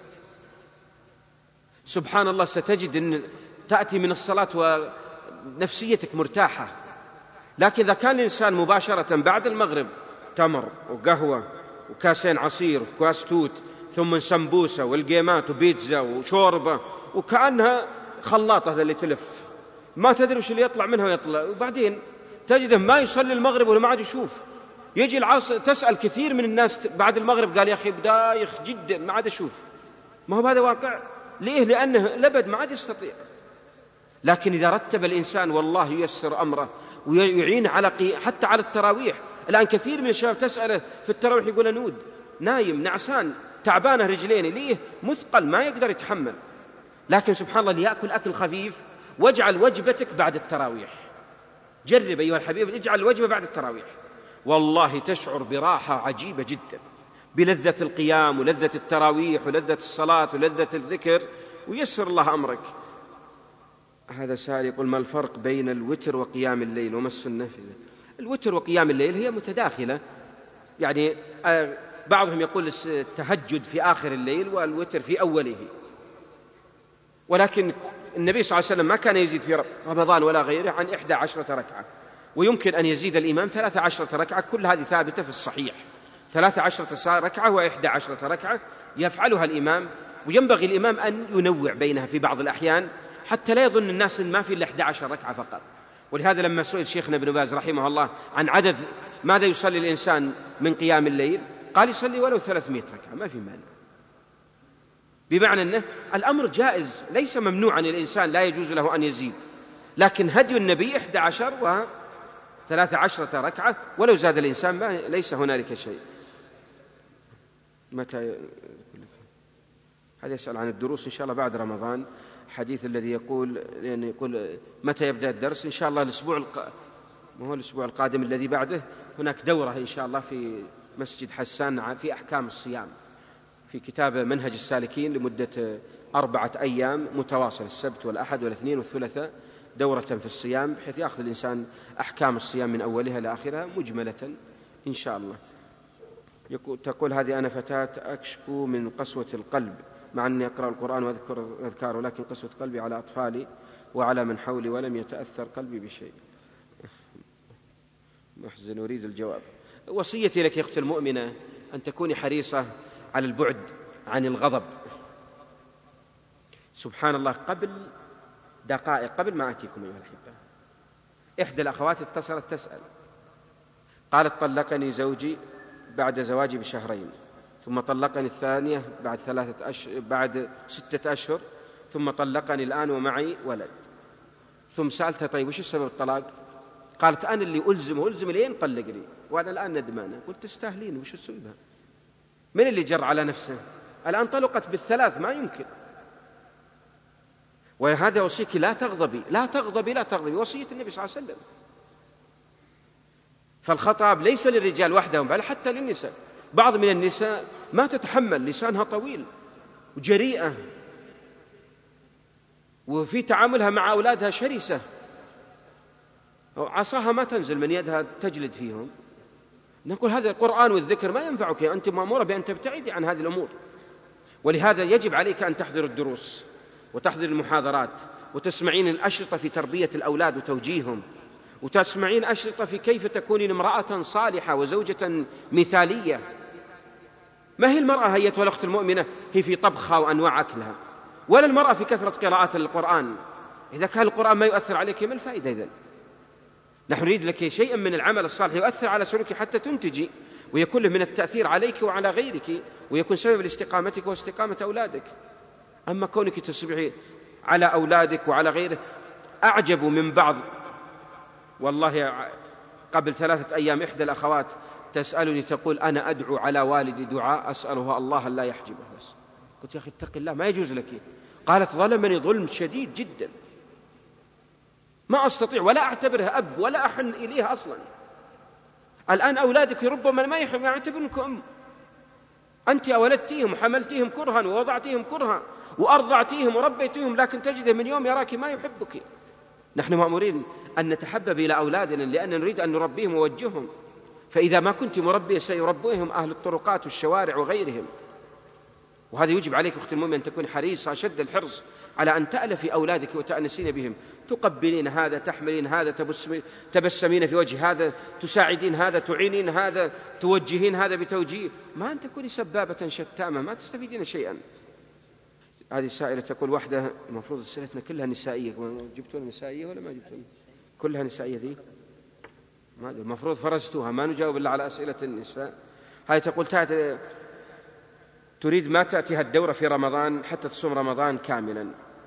سبحان الله ستجد أن تأتي من الصلاة ونفسيتك مرتاحة. لكن إذا كان الإنسان مباشرة بعد المغرب تمر وقهوة وكاسين عصير وكاس توت ثم سمبوسة والقيمات وبيتزا وشوربة وكأنها خلاطة اللي تلف، ما تدري وش اللي يطلع منها ويطلع، وبعدين تجده ما يصلي المغرب ولا ما عاد يشوف. يجي العصر تسأل كثير من الناس بعد المغرب قال يا أخي بدايخ جدا ما عاد أشوف. ما هو هذا واقع. ليه؟ لأنه لبد ما عاد يستطيع. لكن إذا رتب الإنسان والله ييسر أمره ويعين على قي... حتى على التراويح. الآن كثير من الشباب تسأله في التراويح يقول أنود نايم نعسان تعبانه رجليني، ليه؟ مثقل ما يقدر يتحمل. لكن سبحان الله ليأكل أكل خفيف، واجعل وجبتك بعد التراويح. جرب أيها الحبيب، اجعل الوجبة بعد التراويح، والله تشعر براحة عجيبة جدا، بلذة القيام ولذة التراويح ولذة الصلاة ولذة الذكر، ويسر الله أمرك. هذا سائل يقول ما الفرق بين الوتر وقيام الليل وما السنة في ذلك؟ الوتر وقيام الليل هي متداخلة، يعني بعضهم يقول التهجد في آخر الليل والوتر في أوله، ولكن النبي صلى الله عليه وسلم ما كان يزيد في رمضان ولا غيره عن إحدى عشرة ركعة، ويمكن أن يزيد الإمام ثلاثة عشرة ركعة، كل هذه ثابتة في الصحيح، ثلاثة عشرة ركعة وإحدى عشرة ركعة يفعلها الإمام. وينبغي الإمام أن ينوع بينها في بعض الأحيان حتى لا يظن الناس ما في إلا إحدى عشرة ركعة فقط. ولهذا لما سئل شيخنا ابن باز رحمه الله عن عدد ماذا يصلي الإنسان من قيام الليل، قال يصلي ولو ثلاثمائة ركعة ما في مانع، بمعنى أنه الأمر جائز، ليس ممنوعا الإنسان لا يجوز له أن يزيد، لكن هدي النبي إحدى عشر وثلاثة عشرة ركعة، ولو زاد الإنسان ما ليس هنالك شيء. متى هذا يسأل عن الدروس إن شاء الله بعد رمضان، حديث الذي يقول يعني يقول متى يبدأ الدرس؟ إن شاء الله الأسبوع الق... ما هو الأسبوع القادم الذي بعده، هناك دورة إن شاء الله في مسجد حسان في أحكام الصيام، في كتاب منهج السالكين لمدة أربعة أيام متواصل، السبت والأحد والاثنين والثلاثاء، دورة في الصيام بحيث يأخذ الإنسان أحكام الصيام من أولها لآخرها مجملة إن شاء الله. تقول هذه أنا فتاة أكشكو من قسوة القلب مع أني أقرأ القرآن وأذكر أذكاره، لكن قسوة قلبي على أطفالي وعلى من حولي ولم يتأثر قلبي بشيء. محزن، أريد الجواب. وصيتي لك يا أختي المؤمنة أن تكوني حريصة على البعد عن الغضب. سبحان الله، قبل دقائق قبل ما أتيكم أيها الأحبة، إحدى الأخوات اتصلت تسأل، قالت طلقني زوجي بعد زواجي بشهرين، ثم طلقني الثانية بعد ثلاثة أشهر بعد ستة أشهر، ثم طلقني الآن ومعي ولد. ثم سألتها طيب وش السبب الطلاق؟ قالت أنا اللي ألزمه ألزم لين طلقني وأنا الآن ندمانة. قلت تستاهلين، وش تسوي بها؟ من اللي جر على نفسه؟ الآن طلقت بالثلاث، ما يمكن. وهذا وصيك لا تغضبي لا تغضبي لا تغضبي، وصية النبي صلى الله عليه وسلم. فالخطاب ليس للرجال وحدهم بل حتى للنساء. بعض من النساء ما تتحمل، لسانها طويل وجريئة، وفي تعاملها مع أولادها شرسة، عصاها ما تنزل من يدها تجلد فيهم. نقول هذا القرآن والذكر ما ينفعك، أنت مأمورة بأن تبتعدي عن هذه الأمور. ولهذا يجب عليك أن تحضر الدروس وتحضر المحاضرات وتسمعين الأشرطة في تربية الأولاد وتوجيههم، وتسمعين أشرطة في كيف تكونين امرأة صالحة وزوجة مثالية. ما هي المرأة أيتها الأخت المؤمنة هي في طبخها وأنواع أكلها، ولا المرأة في كثرة قراءة القرآن. إذا كان القرآن ما يؤثر عليك ما الفائدة إذن؟ نحن نريد لك شيئا من العمل الصالح يؤثر على سلوكك حتى تنتجي، ويكون له من التأثير عليك وعلى غيرك، ويكون سبب لاستقامتك واستقامة أولادك. أما كونك تصبحي على أولادك وعلى غيره. أعجب من بعض، والله قبل ثلاثة أيام إحدى الأخوات تسألني تقول أنا أدعو على والدي دعاء أسأله الله لا يحجبه. بس قلت يا أخي اتق الله ما يجوز لك. قالت ظلمني ظلم شديد جدا، ما أستطيع ولا أعتبره أب ولا أحن إليه أصلا. الآن أولادك ربما ما يعتبرونك أم، أنت أولدتيهم وحملتيهم كرها ووضعتيهم كرها وأرضعتيهم وربيتيهم، لكن تجده من يوم يراك ما يحبك. نحن مأمورين أن نتحبب إلى أولادنا لأن نريد أن نربيهم ونوجههم، فإذا ما كنت مربية سيربيهم أهل الطرقات والشوارع وغيرهم. وهذا يجب عليك أختي المؤمنة أن تكون حريصة شد الحرص على أن تألفي أولادك وتأنسين بهم، تقبلين هذا، تحملين هذا، تبسمين في وجه هذا، تساعدين هذا، تعينين هذا، توجهين هذا بتوجيه، ما أن تكوني سبابة شتامة ما تستفيدين شيئا. هذه السائلة تقول وحدة، المفروض أسئلتنا كلها نسائية، جبتونا نسائية ولا ما جبتونا؟ كلها نسائية ذي، ما المفروض فرزتوها، ما نجاوب إلا على أسئلة النساء. هذه تقول تأتي تريد ما تأتيها الدورة في رمضان حتى تصوم رمضان كاملا.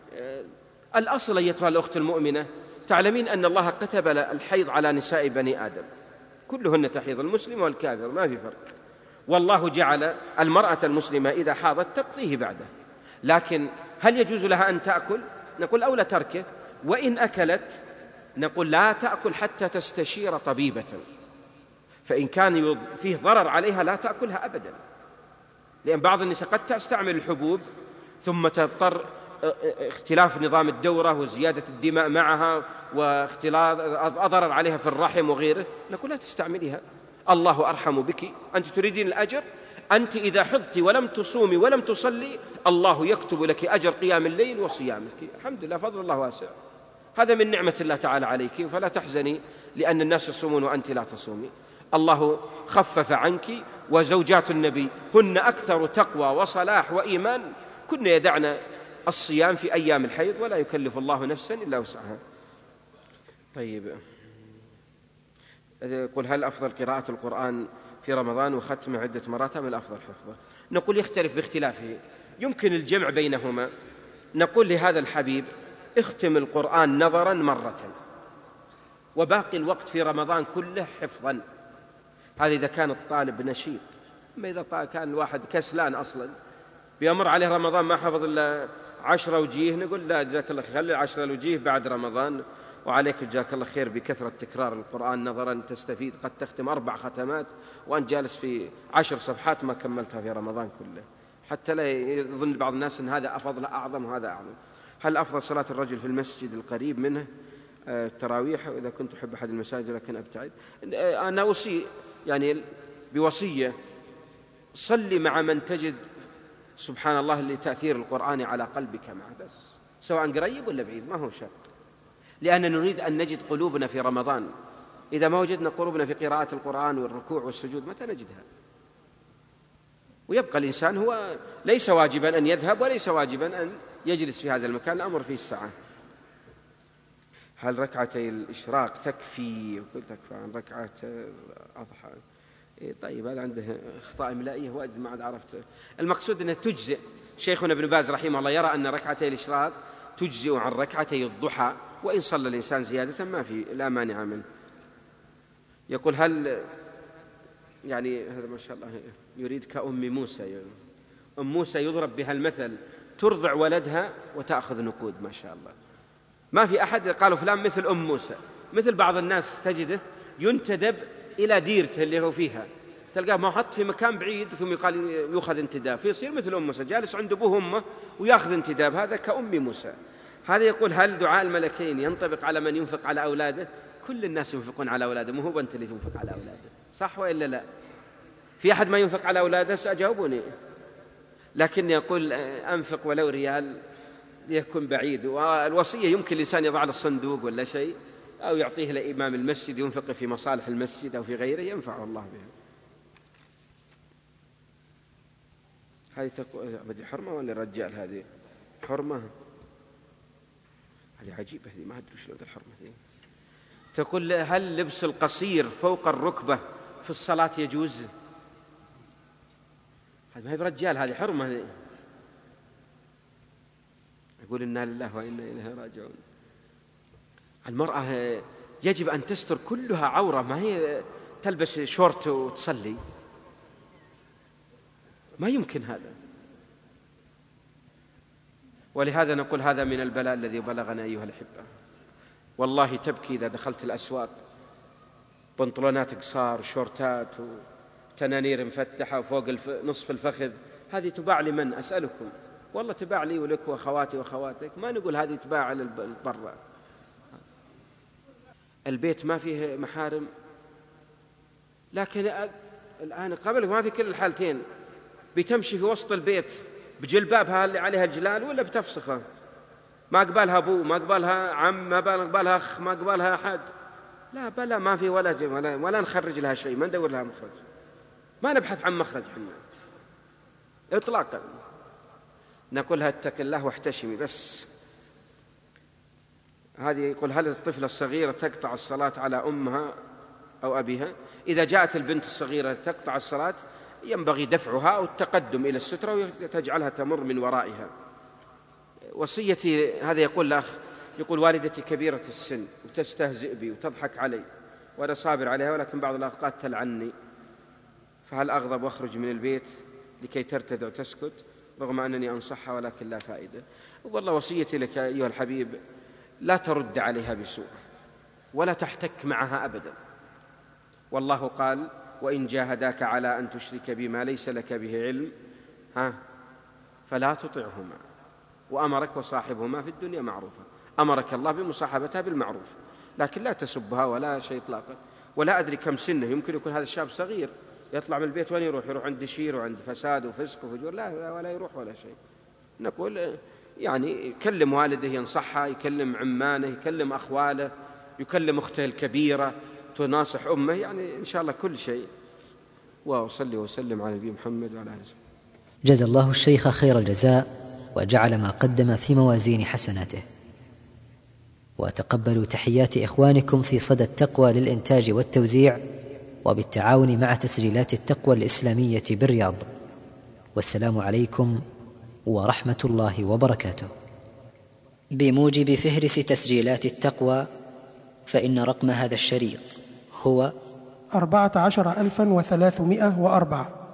الأصل أيتها الأخت المؤمنة تعلمين أن الله كتب الحيض على نساء بني آدم كلهن تحيض، المسلم والكافر ما في فرق، والله جعل المرأة المسلمة إذا حاضت تقضيه بعده. لكن هل يجوز لها أن تأكل؟ نقول أولى تركه، وإن أكلت نقول لا تأكل حتى تستشير طبيبة، فإن كان فيه ضرر عليها لا تأكلها أبدا، لأن بعض النساء قد تستعمل الحبوب ثم تضطر اختلاف نظام الدورة وزيادة الدماء معها واختلاط أضرر عليها في الرحم وغيره، نقول لا تستعمليها، الله أرحم بك، أنت تريدين الأجر، أنت إذا حضت ولم تصومي ولم تصلي الله يكتب لك أجر قيام الليل وصيامك، الحمد لله، فضل الله واسع، هذا من نعمة الله تعالى عليك، فلا تحزني لأن الناس يصومون وأنت لا تصومي، الله خفف عنك. وزوجات النبي هن أكثر تقوى وصلاح وإيمان، كن يدعن الصيام في أيام الحيض ولا يكلف الله نفسا إلا وسعها. طيب، يقول هل أفضل قراءة القرآن في رمضان وختمه عدة مرات أم الأفضل حفظه؟ نقول يختلف باختلافه، يمكن الجمع بينهما. نقول لهذا الحبيب اختم القرآن نظرا مرة وباقي الوقت في رمضان كله حفظا، هذا إذا كان الطالب نشيط. أما إذا كان الواحد كسلان أصلا بيمر عليه رمضان ما حفظ إلا عشرة وجيه، نقول لا جزاك الله خير، خلي عشرة الوجيه بعد رمضان، وعليك جزاك الله خير بكثرة تكرار القرآن نظرا تستفيد، قد تختم أربع ختمات وأنت جالس في عشر صفحات ما كملتها في رمضان كله، حتى لا يظن بعض الناس أن هذا أفضل أعظم وهذا أعظم. هل أفضل صلاة الرجل في المسجد القريب منه التراويح؟ إذا كنت أحب أحد المساجد لكن أبتعد، أنا أوصي يعني بوصية، صلي مع من تجد سبحان الله لتأثير القرآن على قلبك معه، بس سواء قريب ولا بعيد ما هو شرط، لأننا نريد أن نجد قلوبنا في رمضان، إذا ما وجدنا قلوبنا في قراءة القرآن والركوع والسجود متى نجدها؟ ويبقى الإنسان هو ليس واجبا أن يذهب وليس واجبا أن يجلس في هذا المكان، الأمر فيه السعة. هل ركعتي الإشراق تكفي؟ وقلت تكفى عن ركعة أضحى. إيه طيب، هذا عنده أخطاء إملائية واجد ما عاد عرفت. المقصود أنها تجزئ. شيخنا ابن باز رحمه الله يرى أن ركعتي الإشراق تجزئ عن ركعتي الضحى، وإن صلى الإنسان زيادة ما في لا مانع منه. يقول هل يعني هذا ما شاء الله يريد كأم موسى، يعني أم موسى يضرب بها المثل، ترضع ولدها وتأخذ نقود ما شاء الله، ما في أحد قالوا فلان مثل أم موسى. مثل بعض الناس تجده ينتدب إلى ديرته اللي هو فيها، تلقاه ما حط في مكان بعيد ثم يقال يأخذ انتداب، فيصير مثل أم موسى جالس عند أبوه وأمه ويأخذ انتداب، هذا كأم موسى. هذا يقول هل دعاء الملكين ينطبق على من ينفق على أولاده؟ كل الناس ينفقون على أولاده، مو هو أنت اللي تنفق على أولاده، صح وإلا لا؟ في أحد ما ينفق على أولاده؟ سأجاوبوني. لكن يقول أنفق ولو ريال يكون بعيد. والوصية يمكن الإنسان يضع له الصندوق ولا شيء، أو يعطيه لإمام المسجد ينفق في مصالح المسجد أو في غيره ينفعه الله بها. هذه تقول حرمة ولا رجال؟ هذه حرمة، هذه عجيبة، هذه ما أدري شلون الحرمة هذه. تقول هل لبس القصير فوق الركبة في الصلاة يجوز؟ هذا ما هي برجال، هذه حرمة هذه. يقول إنا لله وإنا إليه راجعون. المرأة يجب أن تستر كلها عورة، ما هي تلبس شورت وتصلي، ما يمكن هذا. ولهذا نقول هذا من البلاء الذي بلغنا أيها الأحبة. والله تبكي إذا دخلت الأسواق، بنطلونات قصار شورتات وتنانير مفتحة وفوق نصف الفخذ، هذه تباع لمن؟ أسألكم والله تباع لي ولك وأخواتي وأخواتك، ما نقول هذه تباع للبر. البيت ما فيه محارم، لكن الآن قبل ما في كل الحالتين بتمشي في وسط البيت بجلبابها اللي عليها الجلال ولا بتفسخه، ما قبالها أبو، ما قبالها عم، ما قبالها أخ، ما قبالها أحد، لا بلا ما في ولا جم ولا, ولا نخرج لها شيء، ما ندور لها مخرج، ما نبحث عن مخرج حنا إطلاقا. نقولها اتق الله واحتشمي بس. هذه يقول هل الطفلة الصغيرة تقطع الصلاة على أمها أو أبيها؟ إذا جاءت البنت الصغيرة تقطع الصلاة ينبغي دفعها أو التقدم إلى السترة وتجعلها تمر من ورائها. وصيتي هذا يقول الأخ، يقول والدتي كبيرة السن وتستهزئ بي وتضحك علي وأنا صابر عليها، ولكن بعض الأوقات تلعني، فهل أغضب وأخرج من البيت لكي ترتدع وتسكت رغم أنني أنصحها ولكن لا فائدة؟ والله وصيتي لك أيها الحبيب لا ترد عليها بسوء ولا تحتك معها أبدا. والله قال وإن جاهداك على أن تشرك بما ليس لك به علم ها فلا تطعهما وأمرك وصاحبهما في الدنيا معروفا. أمرك الله بمصاحبتها بالمعروف، لكن لا تسبها ولا شيء إطلاقا. ولا أدري كم سنه، يمكن يكون هذا الشاب صغير يطلع من البيت وين يروح؟ يروح عند دشير وعند فساد وفسق وفجور؟ لا ولا يروح ولا شيء. نقول يعني يكلم والده ينصحها، يكلم عمانه، يكلم أخواله، يكلم أخته الكبيرة، تناصح أمه، يعني إن شاء الله كل شيء. وأصلي وسلم على نبي محمد وعلى آله وسلم. جزا الله الشيخ خير الجزاء وجعل ما قدم في موازين حسناته. وتقبلوا تحيات إخوانكم في صدى التقوى للإنتاج والتوزيع وبالتعاون مع تسجيلات التقوى الإسلامية بالرياض. والسلام عليكم ورحمة الله وبركاته. بموجب فهرس تسجيلات التقوى فإن رقم هذا الشريط هو أربعة عشر ألفا وثلاثمائة وأربعة.